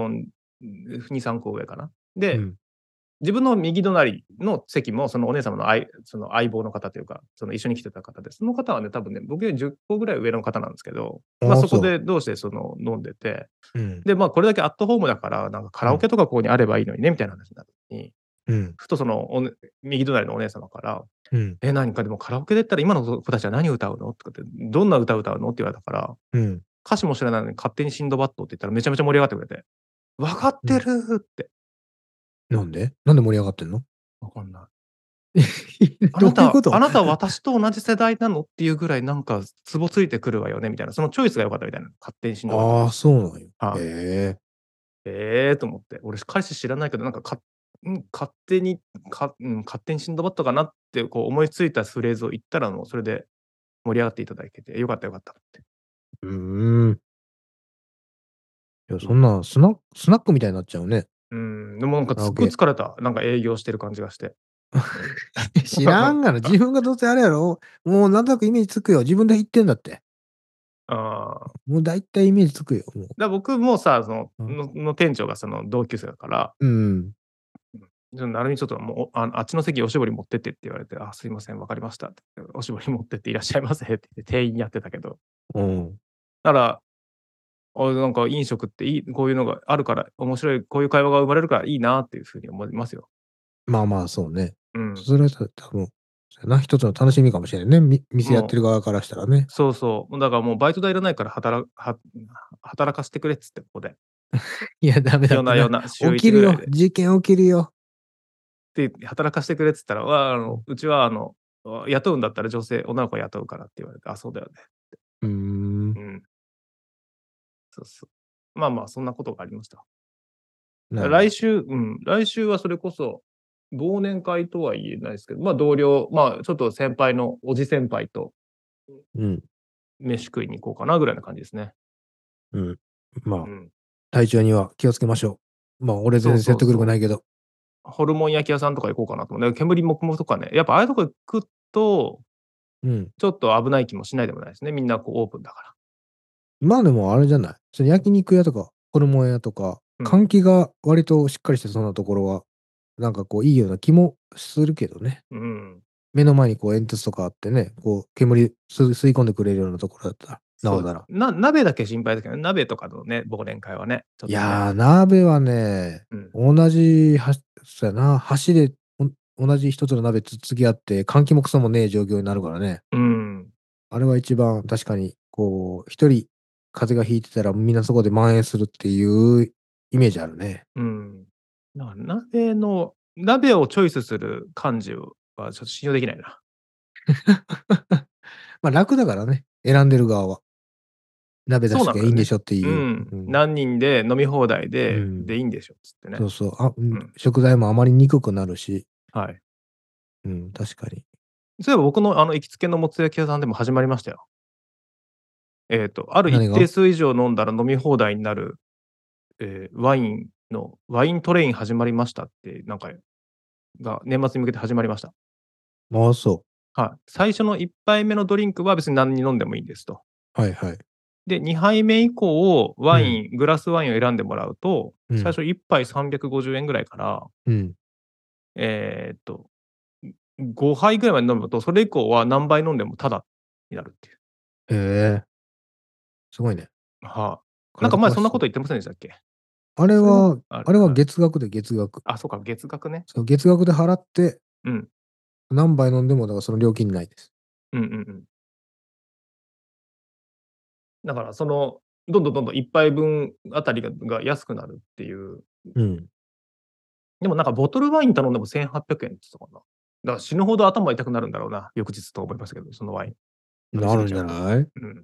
S1: 2、3個上かな。で、
S2: うん。
S1: 自分の右隣の席もそのお姉様のその相棒の方というか、その一緒に来てた方で、その方はね、多分ね、僕より10個ぐらい上の方なんですけど、ま、
S2: ああ、
S1: そこ
S2: そ
S1: で同士で飲んでて、
S2: う。うん。
S1: で、ま、これだけアットホームだから、なんかカ
S2: うん。
S1: ラオケとかここにあればいいのにねみたいな話になった時に、
S2: うん。
S1: ふと右隣のお姉様から、
S2: うん。
S1: 何かでもカラオケで言ったら今の子たちは何歌うの？」とかって、「どんな歌歌うの？」って言われたから、
S2: うん。
S1: 歌詞も知らないのに勝手にシンドバッドって言ったらめちゃめちゃ盛り上がってくれて、「分かってる」
S2: うん。
S1: って。
S2: なんで？なんで盛り上がってんの？
S1: わかんない。
S2: どういうこと？
S1: あなたは私と同じ世代なの？っていうぐらいなんかツボついてくるわよねみたいな、そのチョイスが良かったみたいな、勝手にシンドバッドって
S2: ああ、
S1: 言って。
S2: そうなんや。へ
S1: はい。
S2: え。
S1: と思って。俺彼氏知らないけど、なんか勝手に、勝手にシンドバッドかなってこう思いついたフレーズを言ったら、もうそれで盛り上がっていただけて、良かった良かったって。
S2: うーん。いや、
S1: そう。
S2: そんなスナックみたいになっちゃうね、
S1: でもなんかすっごい
S2: カラオケ。
S1: 疲れた。なんか営業してる感じがして。
S2: 知らんがな。自分がどうせあれやろ。もうなんとなくイメージつくよ。自分で言ってんだって。
S1: ああ。
S2: もう大体イメージつくよ、もう。
S1: 僕もさ、
S2: うん。
S1: 店長がその同級生だから、
S2: うん。
S1: なるみちょっともう、あっちの席おしぼり持ってってって言われて、あ、すいません、わかりましたって。おしぼり持ってっていらっしゃいませって言って店員やってたけど。
S2: うん。
S1: だから、なんか飲食ってこういうのがあるから、面白い、こういう会話が生まれるからいいなっていう風に思いますよ。
S2: まあまあ、そうね。
S1: うん。
S2: それは多分、そうやな、一つの楽しみかもしれんね。店やって
S1: も
S2: る側からしたらね。
S1: そうそう。だからもうバイト代いらないから働かしてくれっつって、ここで。
S2: いや、ダメだってな。
S1: 夜な夜な、週1
S2: 起きるよ。
S1: ぐらいで。
S2: 事件起きるよ。
S1: で、働かしてくれっつったら、うちは雇うんだったら女の子雇うからって言われて、あ、そうだよね。
S2: うーん。
S1: うん。そうそう。まあまあ、そんなことがありました。
S2: なるほど。
S1: 来週はそれこそ、忘年会とは言えないですけど、同僚、ちょっと先輩のおじ先輩と
S2: うん。
S1: 飯食いに行こうかなぐらいな感じですね。
S2: うん。まあ、
S1: うん。
S2: 体調には気をつけましょう。まあ、俺全
S1: そう
S2: 然説得力な
S1: そうそう。
S2: いけど。
S1: ホルモン焼き屋さんとか行こうかなと思うね。煙もくもくとかね、やっぱああいうとこ行くと、
S2: うん。
S1: ちょっと危ない気もしないでもないですね。みんなこうオープンだか
S2: まあでもあれじゃない。その焼肉屋とか、ホルモン屋とか、
S1: ら。うん。
S2: 換気が割としっかりしてそうなところは、なんかこういいような気もするけどね。
S1: うん。
S2: 目の前にこう煙突とかあってね、こう煙吸い込んでくれるようなところだったら、な
S1: そう。
S2: おさら。
S1: 鍋だけ心配ですけどね。鍋とかのね、忘年会はね、ちょっとね。
S2: いやー、鍋はね、
S1: うん。
S2: 同じそうやな、箸で同じ一つの鍋つつき合って、換気もクソもねえ状況になるからね。
S1: うん。
S2: あれは一番確かに、こう、一人風邪がひいてたらみんなそこで蔓延するっていうイメージあるね。
S1: うん。だから鍋をチョイスする幹事はちょっと信用できないな。
S2: ま、楽だからね、選んでる側は。鍋出しときゃいいんで
S1: そうなんだよね。
S2: しょっていう。
S1: うん。
S2: うん。
S1: 何人で飲み放題で
S2: うん。
S1: いいんでしょっつってね。
S2: そうそう。あ、うん、
S1: うん。
S2: 食材もあまりにくくなるし。
S1: はい。
S2: うん、確かに。
S1: そういえば僕の行きつけのもつ焼き屋さんでも始まりましたよ。ある一
S2: 何が？
S1: 定数以上飲んだら飲み放題になる、ワイントレイン始まりましたって、なんか年末に向けて始まりました。
S2: ああ、そう。
S1: はい。最初の1杯目のドリンクは別に何に飲んでもいいんですと。
S2: はいはい。
S1: で、2杯目以降、
S2: うん、
S1: グラスワインを選んでもらうと、
S2: うん、
S1: 最初1杯350円ぐらいから、
S2: うん。
S1: えっと、5杯ぐらいまで飲むと、それ以降は何杯飲んでもタダになるっていう。
S2: へえ、すごいね。
S1: はい。なんか前そんな
S2: 体壊しそう。
S1: こと言ってませんでしたっけ？
S2: あれ
S1: それも
S2: はあれは
S1: はい。
S2: 月額で月額。
S1: あ、そうか、月額ね。
S2: そう、月額で払って、
S1: うん。
S2: 何杯飲んでもだからその料金内です。
S1: うんうんうん。だからどんどんどんどん1杯分あたりが安くなるっていう。
S2: うん。
S1: でもなんかボトルワイン頼んでも1800円って言ってたかな。だから死ぬほど頭痛くなるんだろうな、翌日と思いましたけど、そのワイン飲み
S2: なるんじ
S1: 過ぎちゃうと。
S2: ゃない？
S1: うん。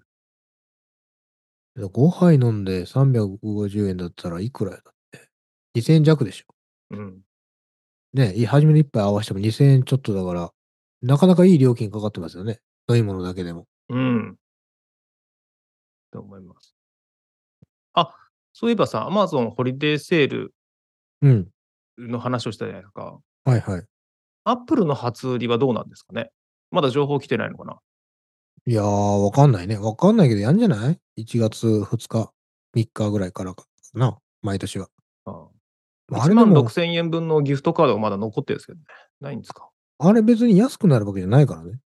S2: 5杯飲んで350円だったらいくらやだって。2000円弱でしょ。
S1: うん。
S2: ね、初めの1杯合わせても2000円ちょっとだから、なかなかいい料金かかってますよね。飲み物だけでも。
S1: うん。と思います。あ、そういえばさ、Amazon ホリデーセール
S2: うん。
S1: の話をしたじゃないですか。
S2: はいはい。
S1: Apple の初売りはどうなんですかね？まだ情報来てないのかな？
S2: いやー、わかんないね。わかんないけどやんじゃない？ 1 月2日、3日ぐらいからかな、毎年は。
S1: ああ。
S2: まあ、あ
S1: 1万
S2: れでも、
S1: 6000円分のギフトカードがまだ残ってるんですけどね。ないんですか？
S2: あれ別に安くなるわけじゃないからね。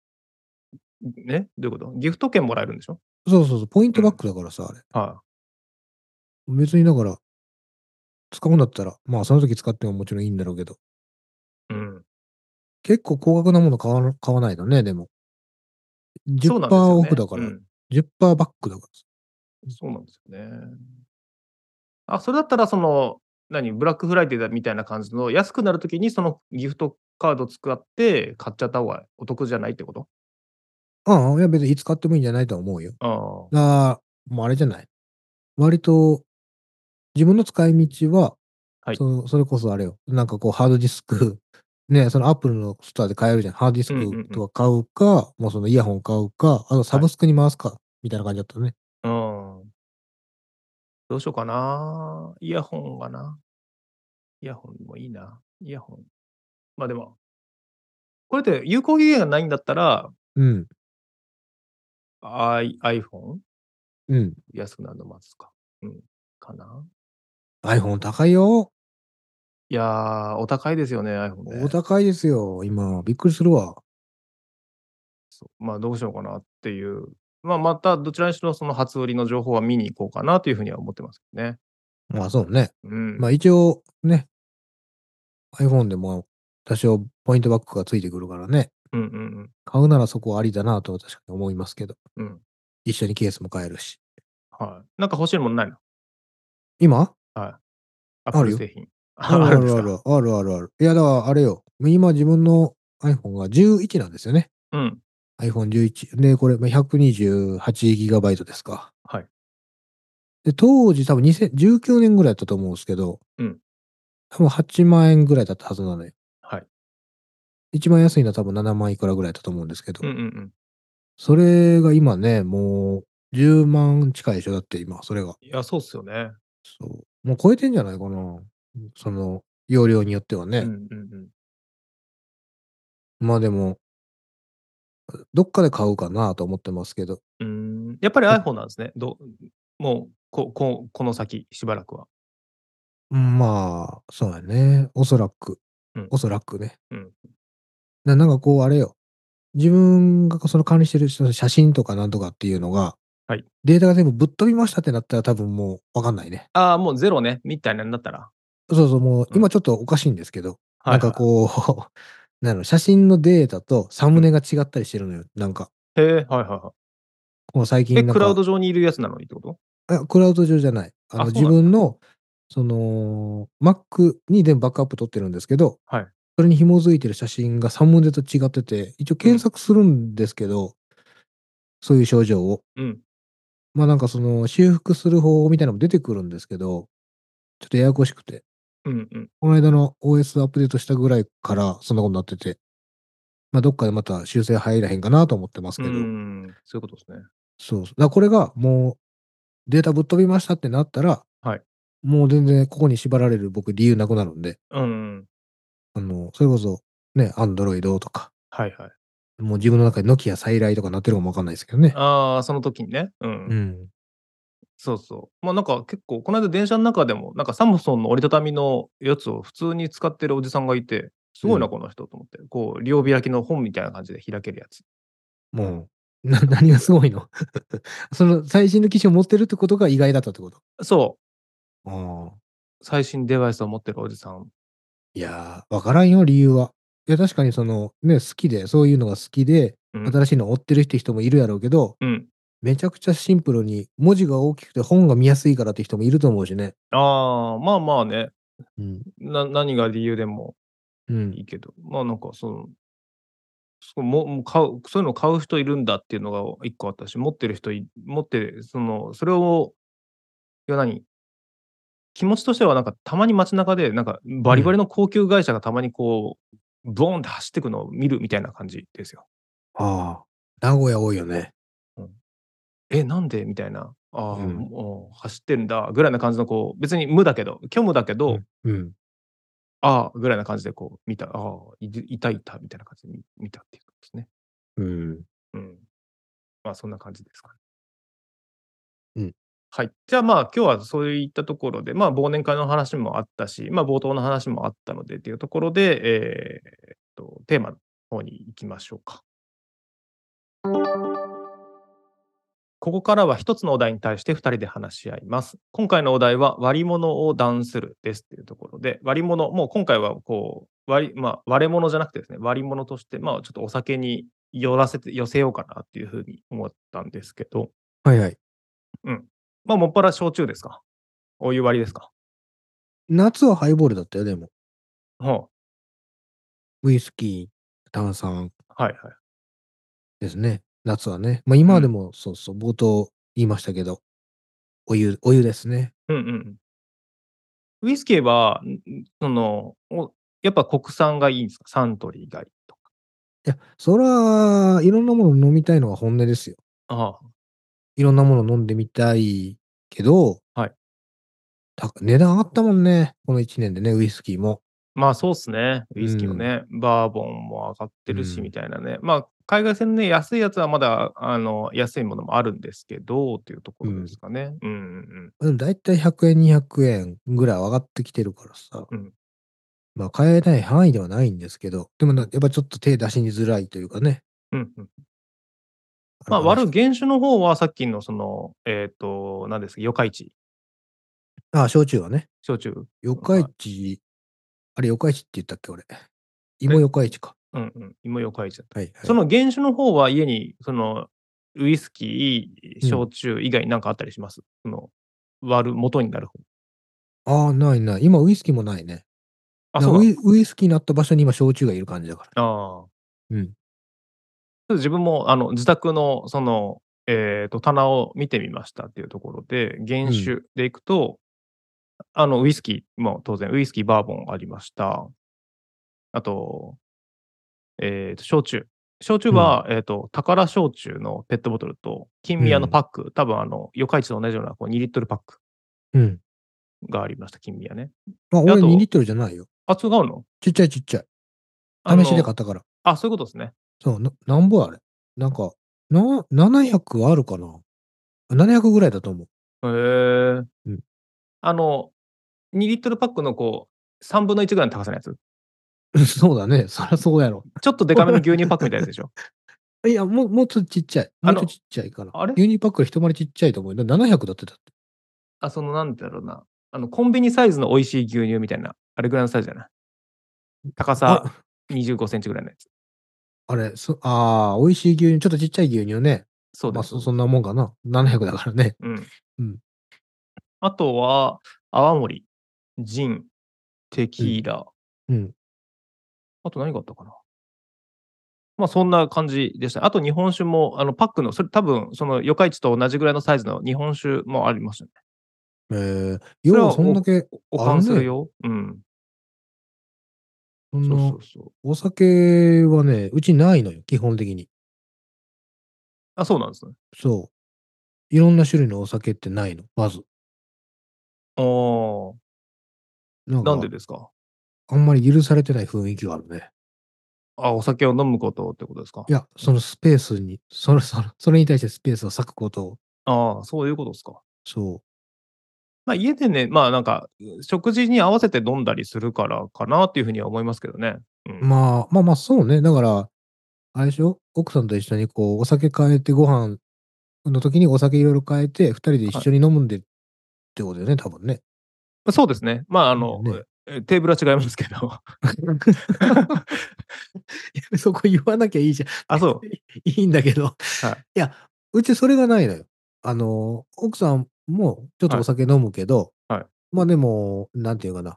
S1: どういうこと？ギフト券もらえるんでしょ？
S2: そうそうそう、ポイントバッ
S1: うん。
S2: クだからさ、あれ。
S1: はい。
S2: 別にだから、使うんだったら、まあその時使ってももちろんいいんだろうけど、
S1: うん。
S2: 結構高額なもの買わないとね、でも。
S1: そうなんです
S2: 10%
S1: よね。
S2: オフだから、
S1: うん。
S2: 10%バックだからさ。
S1: そうなんですよね。あ、それだったらブラックフライデーだみたいな感じの安くなる時にそのギフトカード使って買っちゃった方がお得じゃないってこと？
S2: ああ、いや別にいつ買ってもいいんじゃないとは思うよ。
S1: ああ、
S2: もうあれじゃない。割と自分の使い道は、
S1: はい。
S2: それこそあれよ、なんかこうハードディスク、ね、そのアップルのストアで買えるじゃん。ハードディス
S1: うんうん
S2: ク
S1: うん。
S2: とか買うか、もうそのイヤホン買うか、あとサ
S1: はい。
S2: ブスクに回すか、みたいな感じだったね。
S1: うん。どうしようかな。イヤホンがな。イヤホンもいいな。イヤホン。でも、これって有効期限がないんだったら、
S2: うん、
S1: iPhone？
S2: うん。
S1: 安くなるの待つか。うん、かな。
S2: iPhone 高いよ。
S1: いやー、お高いですよね、iPhone
S2: お
S1: ね。
S2: 高いですよ、今。びっくりするわ。
S1: そう、まあ、どうしようかなっていう。まあ、またどちらにしろその初売りの情報は見に行こうかなというふうには思ってますけどね。
S2: まあ、そうね。
S1: うん。
S2: まあ、一応ね、iPhone でも多少ポイントバックがついてくるからね。
S1: うんうんうん。
S2: 買うならそこはありだなとは確かに思いますけど。
S1: うん。
S2: 一緒にケースも買えるし。
S1: はい。なんか欲しいものないの？
S2: 今
S1: はい。
S2: あ
S1: Apple
S2: るよ。
S1: 製品。
S2: あ
S1: あるんですか？
S2: るあるある。あるあるある。いや、だからあれよ。今自分の iPhone が11なんですよね。
S1: うん。
S2: iPhone 11。で、これ128GB ですか。
S1: はい。
S2: で、当時多分2019年ぐらいだったと思うんですけど、
S1: うん。
S2: 多分8万円ぐらいだったはずなのよ。
S1: はい。
S2: 一番安いのは多分7万いくらぐらいだったと思うんですけど、
S1: うんうんうん。
S2: それが今ね、もう10万近いでしょ、だって今、それが。
S1: いや、そうっすよね。
S2: そう。もう超えてんじゃないかな。その、容量によってはね。
S1: うんうんうん。
S2: まあでも、どっかで買うかなと思ってますけど。
S1: やっぱり
S2: や
S1: iPhone なんですね。もう、この先しばらくは。
S2: まあ、そうやね。おそらく。
S1: うん、
S2: おそらくね。
S1: うん。
S2: なんかこうあれよ、自分がその管理してるその写真とかなんとかっていうのが、
S1: はい。
S2: データが全部ぶっ飛びましたってなったら多分もうわかんないね。
S1: ああ、もうゼロね、みたいなんだったら。
S2: そうそう、もう
S1: うん。
S2: 今ちょっとおかしいんですけど、なんか
S1: はいはい。
S2: こう、写真のデータとサ
S1: うん。
S2: ムネが違ったりしてるのよ。なんか、
S1: へえ、はいはいはい。
S2: この最
S1: え、
S2: 近なんか、
S1: クラウド上にいるやつなのにってこと？
S2: クラウド上じゃない。
S1: あ、そう
S2: 自
S1: なんだ。
S2: 分の、Mac に全部バックアップ取ってるんですけど、
S1: はい。
S2: それに紐づいてる写真がサムネと違ってて、一応
S1: うん、
S2: 検索するんですけど、そういう症状を。
S1: うん、
S2: なんかその修復する方法みたいなのも出てくるんですけど、ちょっとややこしくて。
S1: うんうん。
S2: この間の OS アップデートしたぐらいからそんなことになってて、どっかでまた修正入らへんかなと思ってますけど。
S1: そういうことですね。
S2: そうそう。これがもうデータぶっ飛びましたってなったら、
S1: はい。
S2: もう全然ここに縛られる僕理由なくなるんで、
S1: うんうん。
S2: それこそね、Android とか、
S1: はいはい。
S2: もう自分の中でノキア再来とかなってるかもわかんないですけどね。
S1: ああ、その時にね。うん。
S2: うん。
S1: そうそう。ま、なんか結構この間電車ん中でも、なんかサムソンの折りたたみのやつを普通に使ってるおじさんがいて、す
S2: うん。
S1: ごいなこの人と思って。こう両開きの本みたいな感じで開けるやつ。
S2: もう、何がすごいの？その最新の機種を持ってるってことが意外だったってこと？
S1: そう、
S2: ああ。
S1: 最新デバイスを持ってるおじさん。
S2: いや、わからんよ、理由は。いや、確かにその、ね、好きで、そういうのが好きで、
S1: うん、
S2: 新しいのを追ってるって人もいるやろうけど、
S1: うん。
S2: めちゃくちゃシンプルに、文字が大きくて本が見やすいからって人もいると思うしね。
S1: ああ、まあまあね。
S2: うん。
S1: 何が理由でも
S2: うん。
S1: いいけど、まあなんかその、もうそういうのを買う人いるんだっていうのが一個あったし、持ってその、それを、いや気持ちとしてはなんかたまに街中で、なんかバリバリ
S2: うん。
S1: の高級会社がたまにこう、ボーンって走ってくのを見るみたいな感じですよ。
S2: ああ、名古屋多いよね。
S1: うん。「え、なんで？」みたいな。「ああ、
S2: うん。
S1: もう走ってんだ」ぐらいな感じのこう、別に無だけど、虚無だけど、
S2: うん。うん。
S1: 「ああ」ぐらいな感じでこう見た。「ああ、いたいた」みたいな感じで見たっていうことですね。
S2: うん。
S1: うん。まあ、そんな感じですかね。
S2: うん。
S1: はい。じゃあ、まあ、今日はそういったところで、まあ、忘年会の話もあったし、まあ、冒頭の話もあったのでっていうところで、テーマの方に行きましょうか。ここからは一つのお題に対して2人で話し合います。今回のお題は割り物を断するですっていうところで、割り物、もう今回はこう、割れ物じゃなくてですね、割り物として、まあ、ちょっとお酒に寄せようかなっていうふうに思ったんですけど、
S2: はいはい。
S1: うん。まあ、もっぱら焼酎ですか？お湯割りですか？
S2: 夏はハイボールだったよ、でも。
S1: は
S2: ウイスキー、炭酸
S1: あ、はいはい。
S2: ですね。夏はね。今
S1: うん。
S2: はでも、そうそう、冒頭言いましたけど、お湯ですね。
S1: うんうんうん。ウイスキーは、やっぱ国産がいいんですか？サントリーがいいとか。
S2: いや、そら、いろんなもの飲みたいのが本音ですよ。
S1: ああ、
S2: いろんなもの飲んでみたいけど、
S1: はい。
S2: 値段上がったもんね、この1年でね、ウイスキーも。
S1: まあ、そうっすね。ウイスキーも
S2: うん。
S1: ね、バーボンも上がってるしみ
S2: うん。
S1: たいなね。まあ、海外製のね、安いやつはまだ、安いものもあるんですけどっていうところで
S2: うん。
S1: すかね。うんうんうん。
S2: だいたい100円、200円ぐらい上がってきてるからさ。
S1: うん。
S2: まあ、買えない範囲ではないんですけど、でもやっぱちょっと手出しにづらいというかね、
S1: うんうん。まあ、
S2: あるかな。
S1: 原酒の方はさっきの何ですか、四日市、
S2: ああ、焼酎はね。
S1: 焼酎
S2: 四日
S1: が、
S2: 市、あれ四日市って言ったっけ、俺。芋
S1: え、
S2: 四日市か。
S1: うんうん、芋四日市だった。
S2: はいはい。
S1: その原酒の方は家にウイスキー、
S2: うん。
S1: 焼酎以外になんかあったりします？元になる方。
S2: ああ、ないない。今ウイスキーもないね。
S1: あ、そうなんですか。
S2: ウイスキーになった場所に今焼酎がいる感じだからね。
S1: ああ。
S2: うん。
S1: 自分も自宅の棚を見てみましたっていうところで、原
S2: うん。
S1: 酒でいくと、ウイスキーも当然、ウイスキー、バーボンありました。あと、焼酎。焼酎
S2: うん。
S1: は、宝焼酎のペットボトルと、金宮の
S2: うん。
S1: パック、多分四日市と同じような2リットルパック
S2: うん。
S1: がありました、金宮ね。
S2: あ、
S1: で、あ
S2: 俺2リ
S1: と
S2: ットルじゃないよ。
S1: あ、違うの？
S2: ちっちゃいちっちゃい。試しで買
S1: あの
S2: ったから。
S1: そういうことですね。
S2: そう、なんぼあれ。なんか、700あるかな。700ぐらいだと思う。
S1: へえ。
S2: うん。
S1: あの、2リットルパックの3分の1ぐらいの高さのやつ？
S2: そうだね。そりゃそうやろ。
S1: ちょっとデカめの牛乳パックみたいなやつでしょ？
S2: いや、もうちょっとちっちゃい。もうちょっと
S1: あの、
S2: ちっちゃいかな。
S1: あれ？
S2: 牛乳パックより一回りちっちゃいと思うよ。700だってたって。
S1: なんだろうな、コンビニサイズの美味しい牛乳みたいな、あれぐらいのサイズじゃない？高
S2: あれ、
S1: さ25センチぐらいのやつ。
S2: あれ、美味しい牛乳、ちょっとちっちゃい牛乳ね。まあ、
S1: そうですそうです。
S2: そんなもんかな。700だからね。
S1: うん。
S2: うん。
S1: あとは、泡盛、ジン、テ
S2: うん。
S1: キーラ、
S2: うん。
S1: あと何があったかな。ま、そんな感じでした。あと日本酒も、パックの、それ多分、四日市と同じぐらいのサイズの日本酒もありましたね。それ
S2: 要は
S1: は
S2: そんだけ
S1: 保
S2: あるね。
S1: 管するよ。うん。そうそ
S2: そんな、
S1: うそう。
S2: お酒はね、うちないのよ、基本的に。
S1: あ、そうなんですね。
S2: そう。いろんな種類のお酒ってないの、まず。
S1: ああ、なんで
S2: なんか、
S1: ですか？
S2: あんまり許されてない雰囲気があるね。
S1: あ、お酒を飲むことってことですか？
S2: いや、そのスペースに、それに対してスペースを割くことを、
S1: ああ、そういうことですか。
S2: そう。
S1: ま、家でね、まあ、なんか、食事に合わせて飲んだりするからかなっていう風には思いますけどね。うん。
S2: そうね。だから、あれでしょ、奥さんと一緒にこう、お酒変えてご飯の時にお酒いろいろ変えて、二人で一
S1: はい。
S2: 緒に飲むんでってことだよね、多分ね。
S1: そうですね。まあ、
S2: だよね。
S1: テーブルは違いますけど。
S2: いや、そこ言わなきゃいいじゃん。
S1: あ、そう。
S2: いいんだけど。
S1: はい。
S2: いや、うちそれがないのよ。奥さんもちょっと
S1: はい。
S2: お酒飲むけど、
S1: はい。
S2: でも、なんていうかな、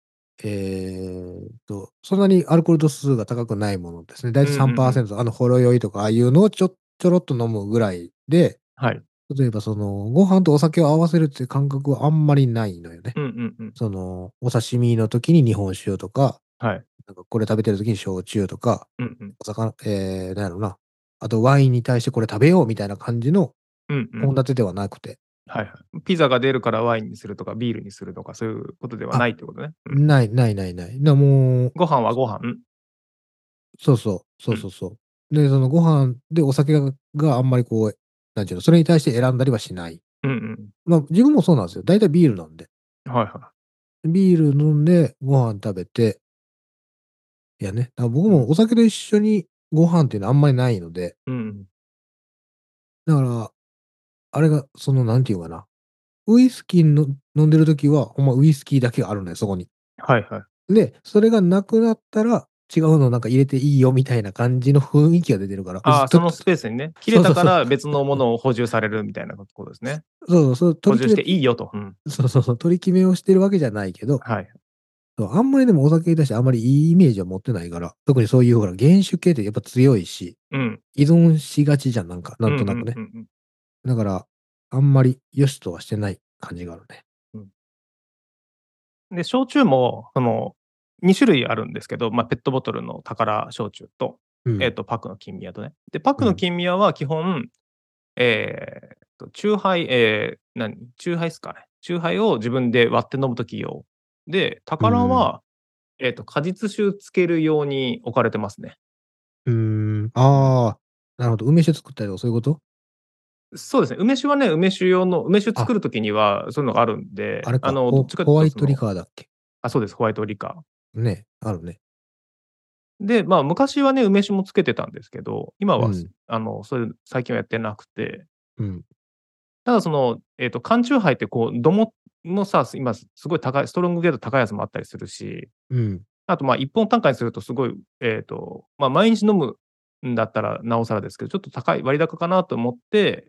S2: そんなにアルコール度数が高くないものですね。だいたい
S1: うんうんうん。
S2: 3%、ほろ酔いとかああいうのをちょろっと飲むぐらいで、
S1: はい。
S2: 例えばご飯とお酒を合わせるっていう感覚はあんまりないのよね。
S1: うんうんうん。
S2: お刺身の時に日本酒とか、
S1: はい。
S2: なんかこれ食べてる時に焼酎とか、
S1: うんうん。
S2: なんやろな、あとワインに対してこれ食べようみたいな感じの
S1: うんうん。
S2: 献立ではなくて。
S1: はいはい。ピザが出るからワインにするとか、ビールにするとか、そういうことでは
S2: あ、
S1: ないってことね。うん。
S2: ないないないない。もう、
S1: ご飯はご飯。
S2: そうそう、そ
S1: うん。
S2: うそうそう。で、そのご飯でお酒があんまりこう、なんていうの、それに対して選んだりはしない。
S1: うんうん。
S2: 自分もそうなんですよ。大体ビールなんで。
S1: はいはい。
S2: ビール飲んでご飯食べて、いやね、だから僕
S1: うん。
S2: もお酒と一緒にご飯っていうのはあんまりないので、
S1: うんうん。
S2: だから、あれがなんていうかな、ウイスキー飲んでる時は、ほんまウイスキーだけがあるのよ、そこに。
S1: はいはい。
S2: で、それがなくなったら、違うのなんか入れていいよみたいな感じの雰囲気が出てるから、別
S1: ああ、
S2: に
S1: そのスペースにね、切れたか
S2: そうそうそう。
S1: ら別のものを補充されるみたいなことですね。
S2: そうそう、
S1: 補充していいよと。うん。
S2: 取り決めをしてるわけじゃないけど、
S1: はい。
S2: あんまりでもお酒に対してあんまりいいイメージは持ってないから、特にそういうほら、原酒系ってやっぱ強いし、
S1: うん。
S2: 依存しがちじゃん、なんか、な
S1: うんう
S2: んとなくね。
S1: んうんうん。
S2: だから、あんまり良しとはしてない感じがあるね。
S1: うん。で、焼酎も、2種類あるんですけど、ま、ペットボトルの宝焼酎と、
S2: うん。
S1: パックの金宮とね。で、パックの
S2: うん。
S1: 金宮は基本、酎ハイ酎ハイっすかね。酎ハイを自分で割って飲む時用。で、
S2: うーん。
S1: 宝は、果実酒漬ける用に置かれてますね。うん。
S2: ああ、なるほど。梅酒作ったりとかそういうこと？
S1: そうですね、梅酒はね、梅酒
S2: あ、
S1: 作る時にはそういうのがあるんで、
S2: あれか、
S1: どっちかっていう
S2: ホワイトリ
S1: と
S2: カーだっけ？
S1: そうです、ホワイトリカー。
S2: ね、あるね。
S1: で、まあ、昔はね、梅酒もつけてたんですけど、今は、
S2: うん。
S1: そういう最近はやってなくて、
S2: うん。
S1: ただ缶チューハイってこう、度もさ、今すごい高いストロンググレード高いやつもあったりするし、
S2: うん。
S1: あと、ま、1本単価にするとすごい、ま、毎日飲むんだったらなおさらですけど、ちょっと高い割高かなと思って、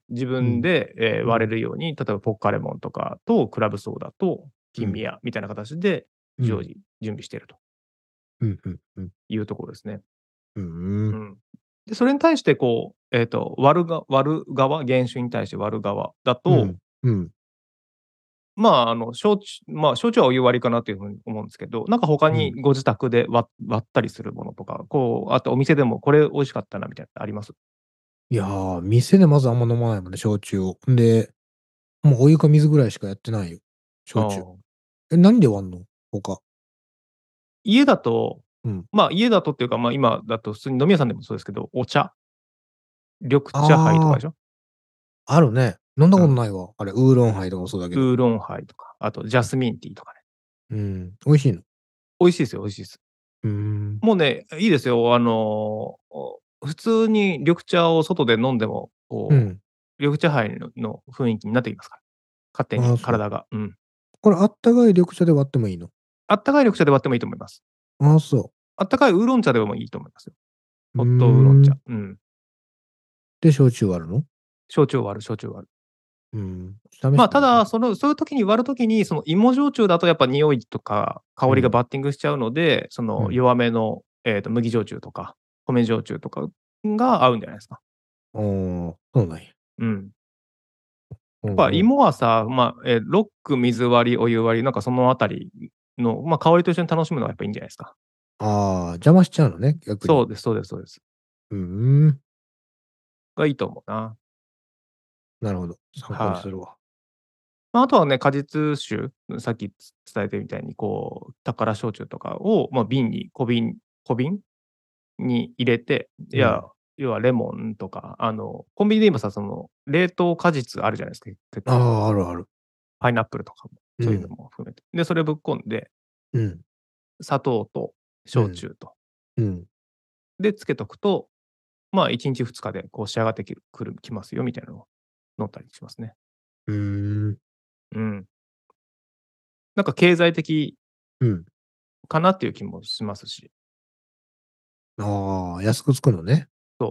S1: 自
S2: うん。
S1: 分で、割れ
S2: うん。
S1: るように、例えばポッカレモンとかとクラブソーダと
S2: うん。
S1: 金宮みたいな形で
S2: うん。
S1: 常時準備していると
S2: うん。うん。うん。
S1: いうところですね。
S2: うーん。
S1: うん。で、それに対してこう、割る側、原酒に対して割る側だと、
S2: うん。うん。
S1: まあ、焼酎はお湯割りかなという風に思うんですけど、なんか他に
S2: うん。
S1: ご自宅で割ったりするものとか、こう、あとお店でもこれ美味しかったなみたいなのあります？
S2: いやー、店でまずあんま飲まないもんね、焼酎を。んで、もうお湯か水ぐらいしかやってないよ、
S1: あ
S2: 焼酎。
S1: あ。
S2: 何で割んの？他。
S1: 家だと、
S2: うん。
S1: まあ、家だとっていうか、まあ、今だと普通に飲み屋さんでもそうですけど、お茶、緑茶杯とか
S2: あ
S1: でしょ？
S2: あ、あるね。飲んだ
S1: うん。
S2: ことないわ。あれ、ウーロンハイとかもそうだけど。
S1: ウーロンハイとか、あとジャスミンティーとかね。
S2: うん。美味しいの？
S1: 美味しいですよ、美味しいです。
S2: うーん。
S1: もうね、いいですよ。普通に緑茶を外で飲んでも、こ
S2: うん。
S1: う、緑茶杯の雰囲気になってきますから。勝手に
S2: ああ、そう。
S1: 体が。うん。
S2: これあったかい緑茶で割ってもいいの？
S1: あったかい緑茶で割ってもいいと思います。
S2: ああ、そ
S1: あったかいウーロン茶でもいいと思いますよ。
S2: う。う
S1: ホットウーロン茶。
S2: ーん。
S1: うん。
S2: で、焼酎割るの？
S1: 焼酎割る。
S2: うん。試
S1: まあ、
S2: してみる。
S1: ただ、そういう時に割る時に、その芋焼酎だとやっぱ匂いとか香りが
S2: うん。
S1: バッティングしちゃうので、その
S2: うん。
S1: 弱めの、麦焼酎とか、米焼酎とかが合うんじゃないですか。
S2: ああ、そうなんや。
S1: うん。やっぱ
S2: うんうん。
S1: 芋はさ、まあ、ロック、水割り、お湯割り、なんかそのあたりの、まあ、香りと一緒に楽しむのはやっぱいいんじゃないですか。
S2: ああ、邪魔しちゃうのね、逆に。
S1: そうですそうですそうです。
S2: うーん。
S1: がいいと思うな。
S2: なるほど。参考に
S1: はい。
S2: するわ。
S1: まあ、あとはね、果実酒、さっき伝えてみたいに、こう、宝焼酎とかを、まあ、小瓶に入れて、
S2: うん。
S1: 要はレモンとか、コンビニで今さ、冷凍果実あるじゃないですか、結構。
S2: ああ、あるある。
S1: パイナップルとかも、そういうの
S2: うん。
S1: も含めて。で、それぶっ込んで、
S2: うん。
S1: 砂糖と
S2: うん。
S1: 焼酎と、
S2: うん。
S1: で、つけとくと、まあ、1日2日でこう仕上がってきますよみたいなのを飲んだりしますね。
S2: うーん。
S1: うん。なんか経済的
S2: うん。
S1: かなっていう気もしますし。
S2: ああ、安くつくのね。
S1: そう。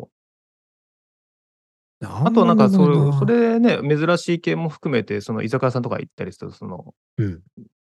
S2: あ
S1: あとはなん
S2: んま飲まない
S1: かそ
S2: な。
S1: れね、珍しい系も含めて、その居酒屋さんとか行ったりすると、
S2: うん。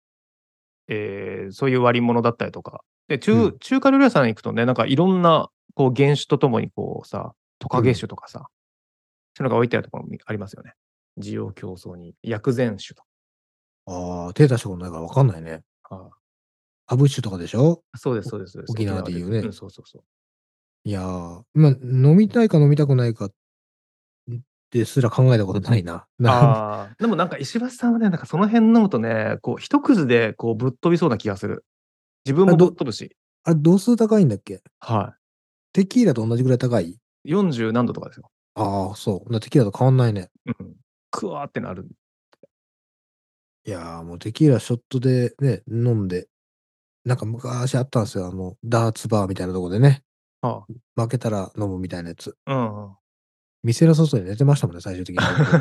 S1: そういう割り物だったりとか。で、
S2: うん。
S1: 中華料理屋さんに行くとね、なんかいろんなこう原酒とともにこうさ、トカゲ
S2: うん。
S1: 酒とかさ、そういうのが置いてあるところもありますよね。需要競争に薬膳酒と
S2: ああ、手出したことないから分かんないね。
S1: か。
S2: アブッシュとかでしょ？
S1: そうですそうですそうです。
S2: 沖
S1: 沖縄で。
S2: 縄で言うね。
S1: うん、そうそうそう。
S2: いや、飲みたいか飲みたくないかですら考えたことないな。
S1: ああ、でもなんか石橋さんはね、なんかその辺飲むとね、こう一くずでこうぶっ飛びそうな気がする。自分
S2: あ、
S1: もぶっ飛ぶし。
S2: 度数高いんだっけ？
S1: は
S2: テキーラと同じぐらい高い？
S1: い。40何度とかですよ。
S2: ああ、そう。テキーラと変わんないね。
S1: うん。クワーってなる。
S2: いや、もうテキーラショットでね、飲んで、なんか昔あったんですよ。ダーツバーみたいなとこでね、
S1: は
S2: 負けたら飲むみたいなやつ。
S1: あ。うんうん。
S2: 店の外で寝てましたもんね、最終的に僕。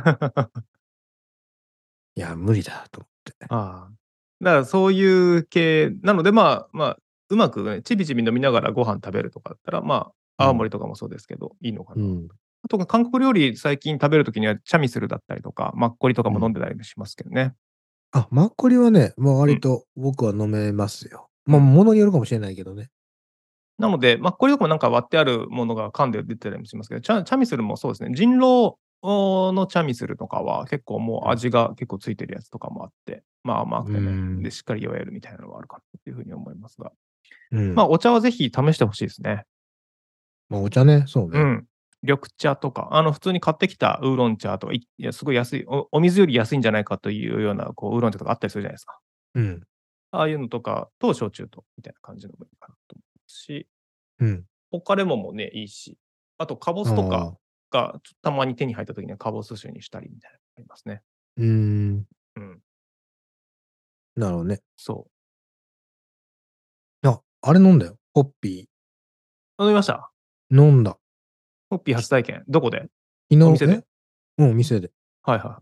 S2: いや、無理だと思って。
S1: ああ。だからそういう系なので、まあ、うまくね、ちびちび飲みながらご飯食べるとかだったら、まあ、青
S2: うん。
S1: 森とかもそうですけど、いいのかな。
S2: うん。
S1: あと韓国料理最近食べる時にはチャミスルだったりとか、マッコリとか
S2: うん。
S1: も飲んでたりもしますけどね。
S2: あ、マッコリはね、
S1: うん、
S2: 割と僕は飲めますよ。
S1: うん。
S2: ものによるかもしれないけどね。
S1: なので、マッコリとかもなんか割ってあるものが缶で出てたりもしますけど、チャミスルもそうですね。人狼のチャミスルとかは結構も
S2: うん。
S1: う味が結構ついてるやつとかもあって、まあ甘
S2: うー
S1: くてね、で、
S2: ん。
S1: しっかり酔えるみたいなのがあるかなっていう風に思いますが。まあ、
S2: うん。
S1: お茶はぜひ試してほしいですね。
S2: お茶ね、そうね。
S1: うん。緑茶とか、普通に買ってきたウーロン茶とか、いや、すごい安い、お水より安いんじゃないかというような、こう、ウーロン茶とかあったりするじゃないですか。
S2: うん。
S1: ああいうのとかと焼酎とみたいな感じのもいいかなと思うし、
S2: うん。
S1: ポカレモンもね、いいし、あとカボ
S2: あ
S1: スとか
S2: あ。
S1: が、たまに手に入った時にはカボス酒にしたりみたいなのありますね。
S2: うーん。
S1: うん。
S2: なるほどね。
S1: そう。
S2: あ、 あれ飲んだよ。ホッピ
S1: 飲みました？
S2: ー。飲んだ。
S1: ホッピー初体験。どこで？お
S2: 昨日、
S1: 店で？
S2: 店で。
S1: はいはい。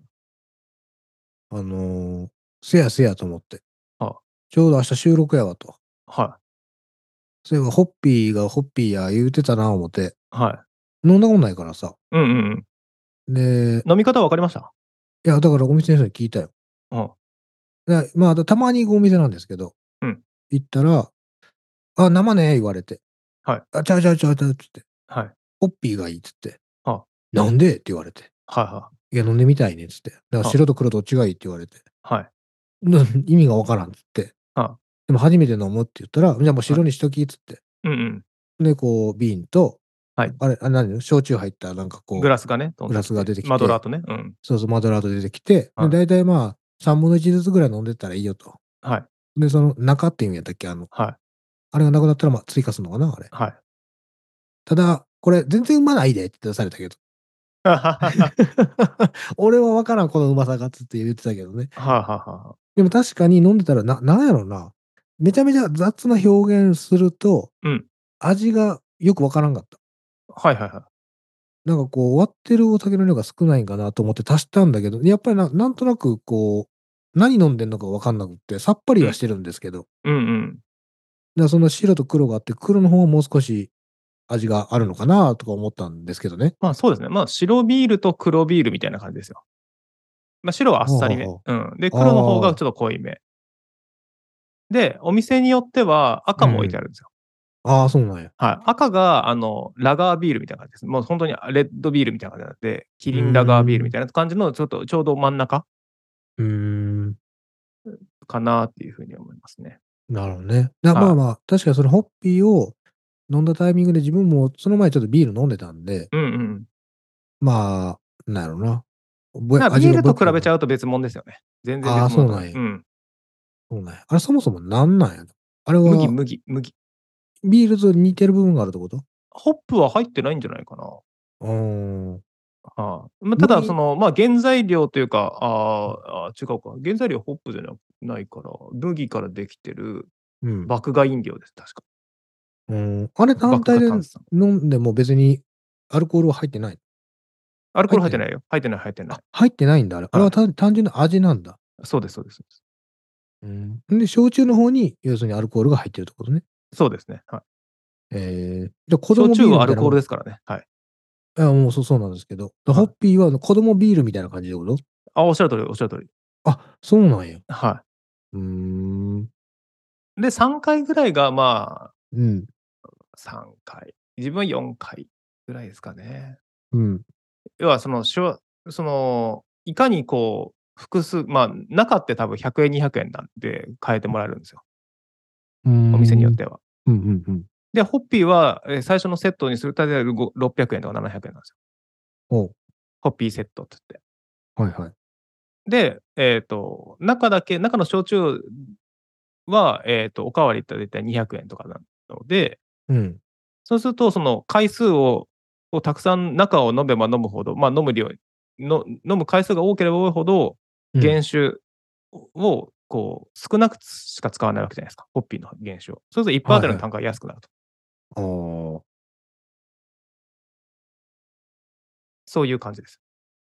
S2: せやせやと思って。
S1: は
S2: ちょうど明日収録やわと。
S1: は
S2: そういえばホッピーがホッピーや言うてたな思って。
S1: い。はい。
S2: 飲んだことないからさ。
S1: うんうんうん。
S2: で、
S1: 飲み方分かりました？
S2: いや、だからお店の人に聞いたよ。
S1: うん。
S2: まあ、たまに行くお店なんですけど、
S1: うん。
S2: 行ったら、あ、生ね、言われて。
S1: はい。
S2: あ、ちゃうちゃうちゃうちゃうっつって。
S1: はい。
S2: ホッピーがいいっつって。
S1: は
S2: なんでって言われて。
S1: はいはい
S2: いや、飲んでみたいねっつって。だから
S1: は
S2: 白と黒どっちがいいって言われて。
S1: はい。
S2: 意味がわからんっつって。
S1: は
S2: でも初めて飲むって言ったら、じゃあもう
S1: はい。
S2: 白にしときっつって。
S1: うんうん。
S2: で、こう、瓶と、
S1: はい。
S2: 焼酎入ったなんかこ
S1: グラスがね、飛
S2: う、グラスが
S1: んできて、
S2: 出てきて、
S1: マドラーとね。うん。
S2: そうそう、マドラーと出てきて、で、
S1: はい。
S2: 大体まあ、3分の1ずつぐらい飲んでったらいいよと。
S1: はい。
S2: で、その中って意味やったっけ
S1: はい。
S2: あれがなくなったら、まあ、追加するのかなあれ。
S1: はい。
S2: ただ、これ全然うまないでって出されたけど。
S1: はははは。
S2: 俺はわからん、このうまさがっつって言ってたけどね。
S1: はあはあはあ。
S2: でも確かに飲んでたら、なんやろな。めちゃめちゃ雑な表現すると、
S1: うん。
S2: 味がよくわからんかった。
S1: はいはいはい。
S2: なんかこう、割ってるお酒の量が少ないんかなと思って足したんだけど、やっぱりなんとなくこう、何飲んでんのかわかんなくって、さっぱり
S1: うん。
S2: はしてるんですけど、
S1: うんうん。
S2: その白と黒があって、黒の方はもう少し味があるのかなとか思ったんですけどね。
S1: まあそうですね。まあ白ビールと黒ビールみたいな感じですよ。まあ白はあっさりめ。
S2: は
S1: うん。で、
S2: あは
S1: 黒の方
S2: あ。あ
S1: がちょっと濃いめ。で、お店によっては
S2: うん
S1: 赤も置いて
S2: うん。
S1: あるんですよ。
S2: ああ、そうなんや。
S1: はい。赤がラガービールみたいな感じです。もう本当にレッドビールみたいな感じなんで、キ
S2: うー
S1: リンラガービールみ
S2: ん。
S1: たいな感じのちょっとちょうど真ん中
S2: うーん。
S1: かなっていう風に思いますね。
S2: なるほどね。まあ
S1: はい。
S2: まあ、確かにそのホッピーを飲んだタイミングで自分もその前ちょっとビール飲んでたんで、
S1: うんうん。
S2: まあ、なんやろな。味が
S1: ビールと
S2: ぼやけた分。
S1: 比べちゃうと別物ですよね。全然
S2: ああ、
S1: 別物だと思う。
S2: そうなんや。
S1: うん。
S2: そうなんや。あれそもそもなんなんや。あれ
S1: 麦、
S2: は
S1: 麦、麦。
S2: ビールと似てる部分があるってこと？
S1: ホップは入ってないんじゃないかな。
S2: うーん。
S1: はい。まあ、ただ
S2: 麦
S1: 原材料というか、違うか。原材料ホップじゃないから、麦からできてる
S2: うん。
S1: 麦芽飲料です、確か。
S2: あれ単
S1: 麦
S2: 体で
S1: 芽炭酸。
S2: 飲んでも別にアルコールは入ってない？
S1: アルコ
S2: 入ってんの？
S1: ール入ってないよ。入ってない入ってない。
S2: あ、入ってないんだ、あれ。あれは
S1: はい。
S2: 単純な味なんだ。
S1: そうですそうですそうです。
S2: で、焼酎の方に要するにアルコールが入ってるってことね。
S1: そうですね。はい。
S2: じゃ、子供ビール
S1: 焼酎はアルコー
S2: みたいなもん？
S1: ルですからね。はい。
S2: もうそうなんですけど、ホッ
S1: はい。
S2: ピーは子供ビールみたいな感じってこと？
S1: あ、おっしゃる通りおっしゃる通り。
S2: あ、そうなんや。
S1: は
S2: うーん。
S1: い。で、3回ぐらいが、まあ、
S2: うん。
S1: 3回。自分は4回ぐらいですかね。
S2: うん。
S1: 要はいかに複数、まあ、中って多分100円、200円なんで買えてもらえるんですよ、
S2: うー
S1: お店によっ
S2: ん。
S1: ては。
S2: うんうんうん。
S1: で、ホッピーは、最初のセットにすると大体600円とか700円なんですよ。
S2: おう、
S1: ホッピーセットっつって。
S2: はいはい。
S1: で、中の焼酎は、お代わりって大体200円とかなので、
S2: うん。
S1: そうするとその回数をたくさん中を飲めば飲むほど、まあ、飲む回数が多ければ多いほど、
S2: うん。
S1: 原酒を少なくしか使わないわけじゃないですか、ホッピーの原酒を。そうすると1杯あ
S2: はいはい。
S1: たりの単価が安くなると。
S2: ああ、
S1: そういう感じです。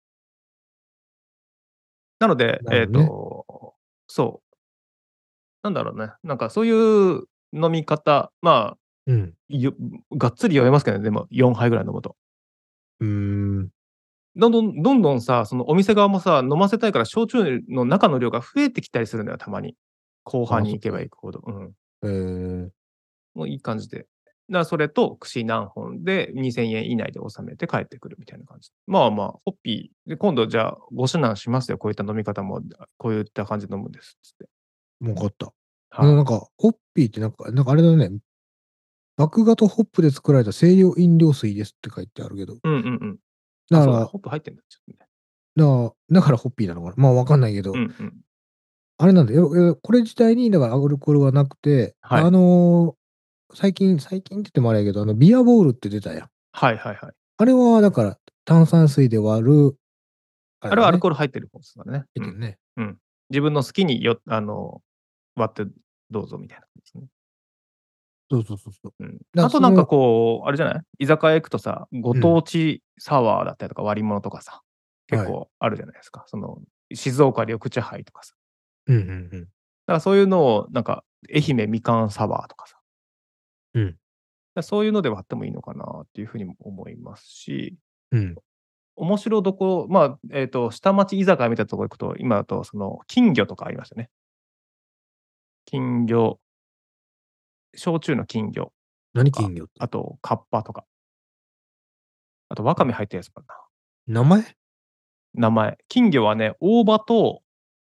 S1: なので、
S2: なるほどね。
S1: そう、なんだろうね、なんかそういう飲み方、まあ、
S2: うん。
S1: がっつり酔えますけどね、でも4杯ぐらい飲むと。
S2: うーん。
S1: どんどんさ、そのお店側もさ、飲ませたいから焼酎の中の量が増えてきたりするんだよ、たまに。後半
S2: あ、
S1: に行け
S2: そうなんや。
S1: ば行くほど。うん。
S2: ええ、
S1: もういい感じで。それと串何本で2000円以内で収めて帰ってくるみたいな感じ。まあまあ、ホッピーで今度じゃあご指南しますよ、こういった飲み方も、こういった感じで飲むんですっつって。
S2: 分かった。
S1: はい。
S2: なんか、ホッピーってなんかあれだね、麦芽とホップで作られた清涼飲料水ですって書いてあるけど、
S1: うんうんうん。あ、そうだ、
S2: だから、
S1: ホップ入ってんだ、ちょっとね。
S2: だからホッピーなのかな。まあ、わかんないけど、
S1: うんうん。
S2: あれなんだよ、これ自体にだからアルコールはなくて、
S1: はい。
S2: 最近って言ってもあれやけど、ビアボールって出たやん。
S1: はいはいはい。
S2: あれはだから炭酸水で割る、あれ
S1: あれはアル
S2: だね。
S1: コール入ってる方ですからね。うん。
S2: 入ってるね。
S1: うん。自分の好きに割ってどうぞみたいな感じですね。
S2: そうそうそうそう。
S1: うん。
S2: だ
S1: あとなんかこう、あれじゃない？居酒屋行くとさ、ご当地サワーだったりとか割り物とかさ、結
S2: はい。
S1: 構あるじゃないですか。その、静岡緑茶杯とかさ。
S2: うんうんうん。
S1: だからそういうのをなんか、愛媛みかんサワーとかさ、
S2: うん。
S1: そういうので割ってもいいのかなっていう風にも思いますし、
S2: うん。
S1: 面白どこまあ、下町居酒屋みたいなとこ行くと、今だとその金魚とかありましたね。金魚、焼酎の金魚とか、
S2: 何金魚って。
S1: あとカッパとか、あとワカメ入ったやつもあるな。
S2: 名前？
S1: 名前。金魚はね、大葉と、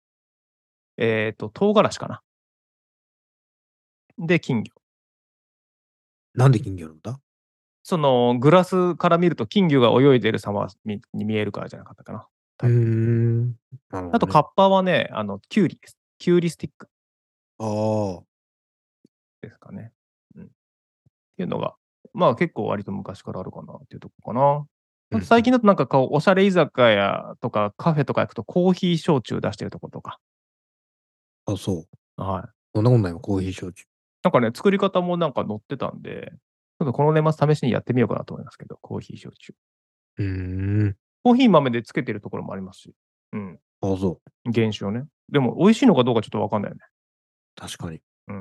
S1: 唐辛子かな。で、金魚。
S2: なんで金魚なんだ？
S1: そのグラスから見ると金魚が泳いでる様に見えるからじゃなかったかな、
S2: うー
S1: 多分。
S2: ん。なるほどね。
S1: あとカッパはね、キュウリです。キュウリスティック
S2: ああ。
S1: ですかね。うん。っていうのが、まあ、結構割と昔からあるかなっていうとこかな。あと
S2: うんうん。
S1: 最近だとなんかこう、おしゃれ居酒屋とかカフェとか行くとコーヒー焼酎出してるとことか。
S2: あ、そう。
S1: はい。
S2: そんなことないわ、コーヒー焼酎。
S1: なんかね、作り方もなんか載ってたんで、ちょっとこの年末試しにやってみようかなと思いますけど、コーヒー焼酎。
S2: うーん。
S1: コーヒー豆でつけてるところもありますし。うん。
S2: あ、そう。
S1: 原酒をね。でも美味しいのかどうかちょっとわかんないよね。
S2: 確かに。
S1: うん。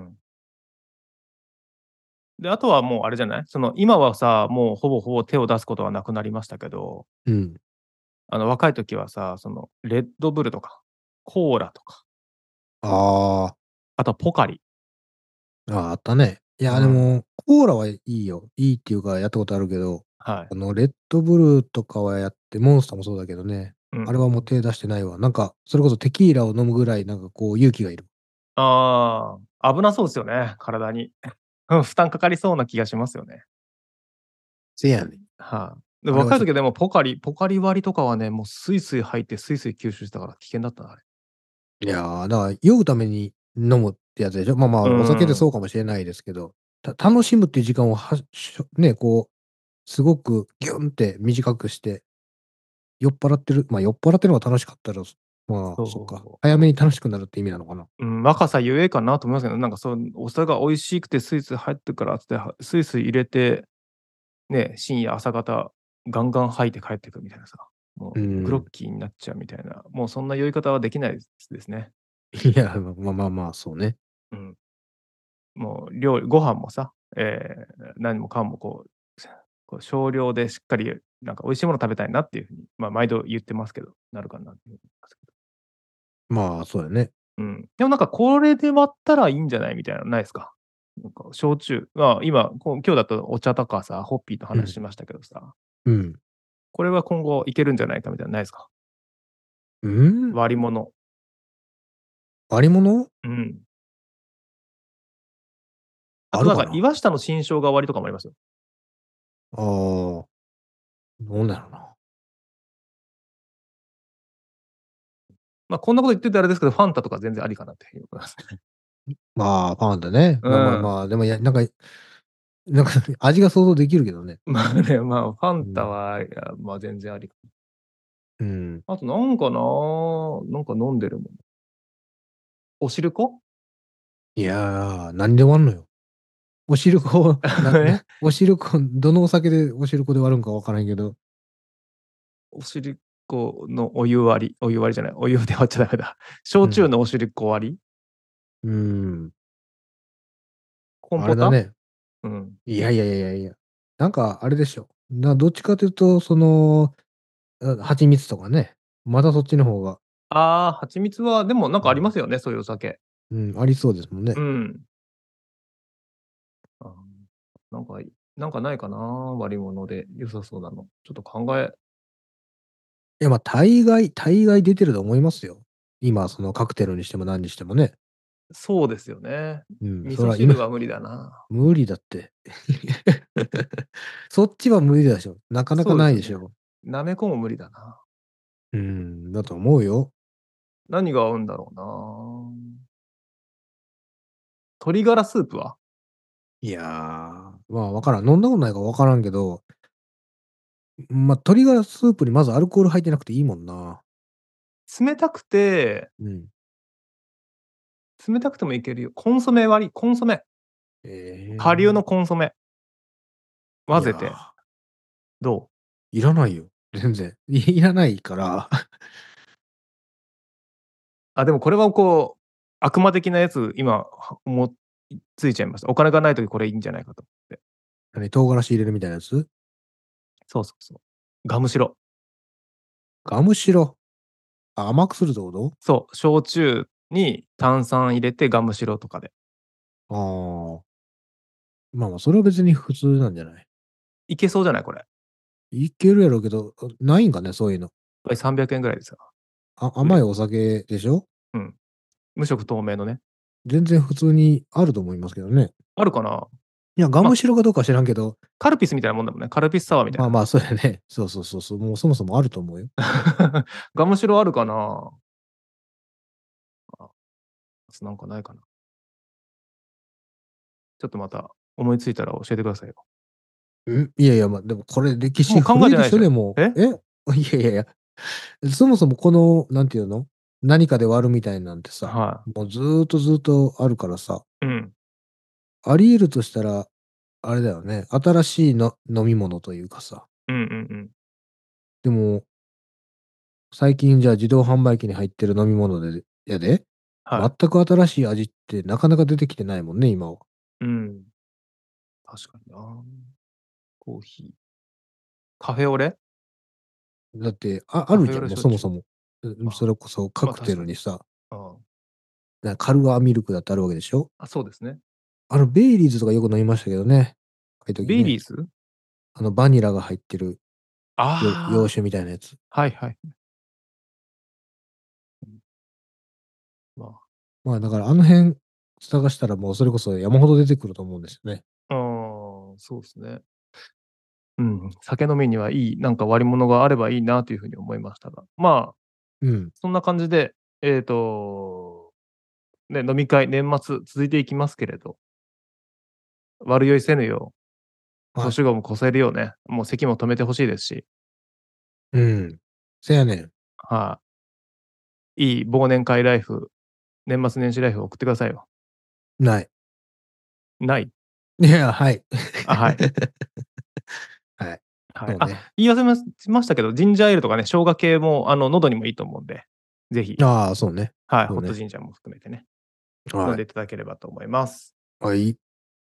S1: で、あとはもうあれじゃない、その今はさ、もうほぼほぼ手を出すことはなくなりましたけど、
S2: うん。
S1: 若い時はさ、そのレッドブルとか、コーラとか、
S2: あ
S1: あとポカリ。
S2: あ、あったね。いや、で
S1: うん。
S2: も、コーラはいいよ。いいっていうか、やったことあるけど、
S1: はい。
S2: レッドブルとかはやって、モンスターもそうだけどね。
S1: うん
S2: あれはもう
S1: うん。
S2: 手出してないわ。なんか、それこそテキーラを飲むぐらい、なんかこう勇気がいる。
S1: ああ、危なそうですよね、体に。うん、負担かかりそうな気がしますよね。
S2: せやねん。
S1: はい。で、
S2: あれはちょっと、
S1: 若い時はでもポカリ割りとかはね、もうスイスイ入ってスイスイ吸収したから危険だったな、あれ。
S2: いやー、だから酔うために飲むってやつでしょ。まあまあ、
S1: う
S2: お酒で
S1: ーん。
S2: そうかもしれないですけど、楽しむっていう時間をね、こう、すごくギュンって短くして、酔っ払ってるのが楽しかったら、まあ、そっか、
S1: そう。
S2: 早めに楽しくなるって意味なのかな。
S1: うん、若さゆえかなと思いますけど、なんかそう、お酒が美味しくてスイスイ入ってるからっつって、スイスイ入れて、ね、深夜朝方ガンガン吐いて帰ってくみたいなさ、もうグロッ
S2: うん。
S1: キーになっちゃうみたいな、もうそんな酔い方はできないですね。
S2: いや、まあまあまあ、そうね。
S1: うん。もうご飯もさ、何もかもこう少量でしっかりなんか美味しいもの食べたいなっていう風に、ま、毎度言ってますけど、なるかなっていう思いますけど。
S2: まあ、そうやね。
S1: うん。でもなんかこれで割ったらいいんじゃないみたいなのないですか？なんか焼酎、まあ、今日だとお茶とかさ、ホッピーと
S2: うん。
S1: 話しましたけどさ、
S2: うん。
S1: これは今後いけるんじゃないかみたいなのないですか？
S2: うん？
S1: 割り物。
S2: ありもの？
S1: うん。あとなんか
S2: あるかな？
S1: 岩下の新生姜割りとかもありますよ。
S2: ああ、どうだろうな。
S1: ま、こんなこと言っててあれですけど、ファンタとか全然ありかなっていう思いますね。
S2: まあ、パンダね。
S1: うん。
S2: まあまあまあ、でも、なんか味が想像できるけどね。
S1: まあね、まあ、ファンタ
S2: うん。
S1: は、いや、まあ、全然あり。
S2: うん。
S1: あとなんかな、なんか飲んでるもん。おしるこ？
S2: いや、なんで割んのよ。お汁粉、
S1: え？
S2: お汁粉、どのお酒でお汁粉で割るんか分からんけど。
S1: おしるこのお湯割りじゃない、お湯で割っちゃダメだ。焼酎
S2: うん。
S1: のおしるこ割り？
S2: うーん。
S1: コンポタ？
S2: あれだね。
S1: うん。
S2: いやいやいやいやいや。なんかあれでしょ。どっちかというと、蜂蜜とかね。またそっちの方が、
S1: ああ、蜂蜜はでもなんかありま
S2: うん、
S1: すよね、そういうお酒。
S2: うん、ありそうですもんね。
S1: うん。あーなんかなんかないかな、割り物で良さそうなの。ちょっと考え
S2: いや、ま、大概出てると思いますよ。今そのカクテルにしても何にしてもね。
S1: そうですよね。
S2: うん、
S1: 味噌
S2: そら今
S1: 汁は無理だな。
S2: 無理だって。そっちは無理でしょ。なかなか
S1: そうですよね。
S2: ないでしょ。
S1: なめこも無理だな。
S2: うん、だと思うよ。
S1: 何が合うんだろうな。鶏ガラスープは？
S2: いや、まあ、分からん。飲んだことないから分からんけど、ま、鶏ガラスープにまずアルコール入ってなくていいもんな。
S1: 冷たくて
S2: うん。
S1: 冷たくてもいけるよ。コンソメ割りコンソメ。
S2: え
S1: 顆粒のコンソメ混ぜて、ど
S2: う？いらないよ。全然。いらないから。
S1: でもこれはこう、悪魔的なやつ、今、思いついちゃいました。お金がないときこれいいんじゃないかと思って。
S2: 唐辛子入れるみたいなやつ？
S1: そうそうそう。ガムシロ。
S2: ガムシロ。甘くするってこと？
S1: そう、焼酎に炭酸入れてガムシロとかで。
S2: ああ。まあまあ、それは別に普通なんじゃない？
S1: いけそうじゃないこれ。
S2: いけるやろうけど、ないんかね、そういうの。
S1: やっぱり300円ぐらいですよ。
S2: 甘いお酒でしょ？
S1: うん。無色透明のね。
S2: 全然普通にあると思いますけどね。
S1: あるかな？
S2: いや、ガムシロかどうかは知らんけど、
S1: カルピスみたいなもんだもんね。カルピスサワーみたいな。
S2: まあまあ、そうやね。そうそうそうそう、もうそもそもあると思うよ。
S1: ガムシロあるかな？なんかないかな。ちょっとまた思いついたら教えてくださいよ。
S2: いやいや、ま、でもこれ歴史
S1: もう考え
S2: 古いでしょ、
S1: てないでしょ？
S2: でも。
S1: え？
S2: いやいやいや、そもそもこの、なんていうの、何かで割るみたいなんてさ、
S1: はい。
S2: もうずっとあるからさ、
S1: うん。
S2: あり得るとしたら、あれだよね、新しいの飲み物というかさ、
S1: うんうんうん。
S2: でも、最近じゃあ自動販売機に入ってる飲み物で
S1: はい。
S2: 全く新しい味ってなかなか出てきてないもんね、今は。
S1: うん。確かにな。コーヒー。カフェオレ？
S2: だって、あ
S1: カフェ
S2: るじゃん、もう
S1: オレ焼酎。
S2: そもそも。そ
S1: あ、
S2: れこそカクテ
S1: 確かに。
S2: ルにさ、
S1: うん。
S2: カルアミルクだってあるわけでしょ？
S1: そうですね。
S2: ベイリーズとかよく飲みましたけどね。ああいう時ね。
S1: ベイリーズ？
S2: バニラが入ってる洋
S1: あ
S2: 酒みたいなやつ。
S1: はいはい。うん、ま
S2: まあ、だからあの辺探したらもうそれこそ山ほど出てくると思うんですよね。
S1: そうですね。うん、酒飲みにはいい、なんか割り物があればいいなという風に思いましたが、まあ、
S2: うん。
S1: そんな感じで、ね、飲み会、年末続いていきますけれど、悪酔いせぬよう、
S2: はい。
S1: 年号も越せるようね、もう咳も止めて欲しいですし、
S2: うん。せやねん。
S1: はい、いい忘年会ライフ、年末年始ライフを送ってくださいよ。
S2: ない。
S1: ない？
S2: いや、はい。
S1: はい。
S2: はい。
S1: はい。
S2: そうね。
S1: 言い忘れましたけど、ジンジャーエールとかね、生姜系も喉にもいいと思うんで、ぜひ、
S2: ああ、そうね。
S1: はい、ホット
S2: そうね。
S1: ジンジャーも含めてね、飲ん
S2: はい。
S1: でいただければと思います。
S2: はい。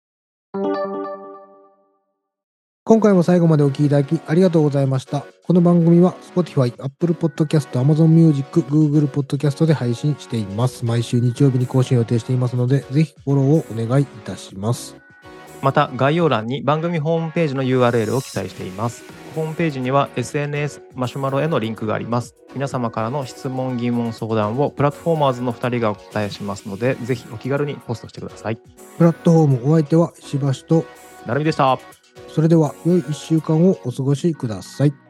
S2: 今回も最後までお聞きいただきありがとうございました。この番組は Spotify、Apple Podcast、Amazon Music、Google Podcast で配信しています。毎週日曜日に更新を予定していますので、ぜひフォローをお願いいたします。
S1: また概要欄に番組ホームページの URL を記載しています。ホームページには SNS マシュマロへのリンクがあります。皆様からの質問疑問相談をプラットフォーマーズの2人がお答えしますので、ぜひお気軽にポストしてください。
S2: プラットフォームお相手は石橋と
S1: なるみでした。
S2: それでは良い1週間をお過ごしください。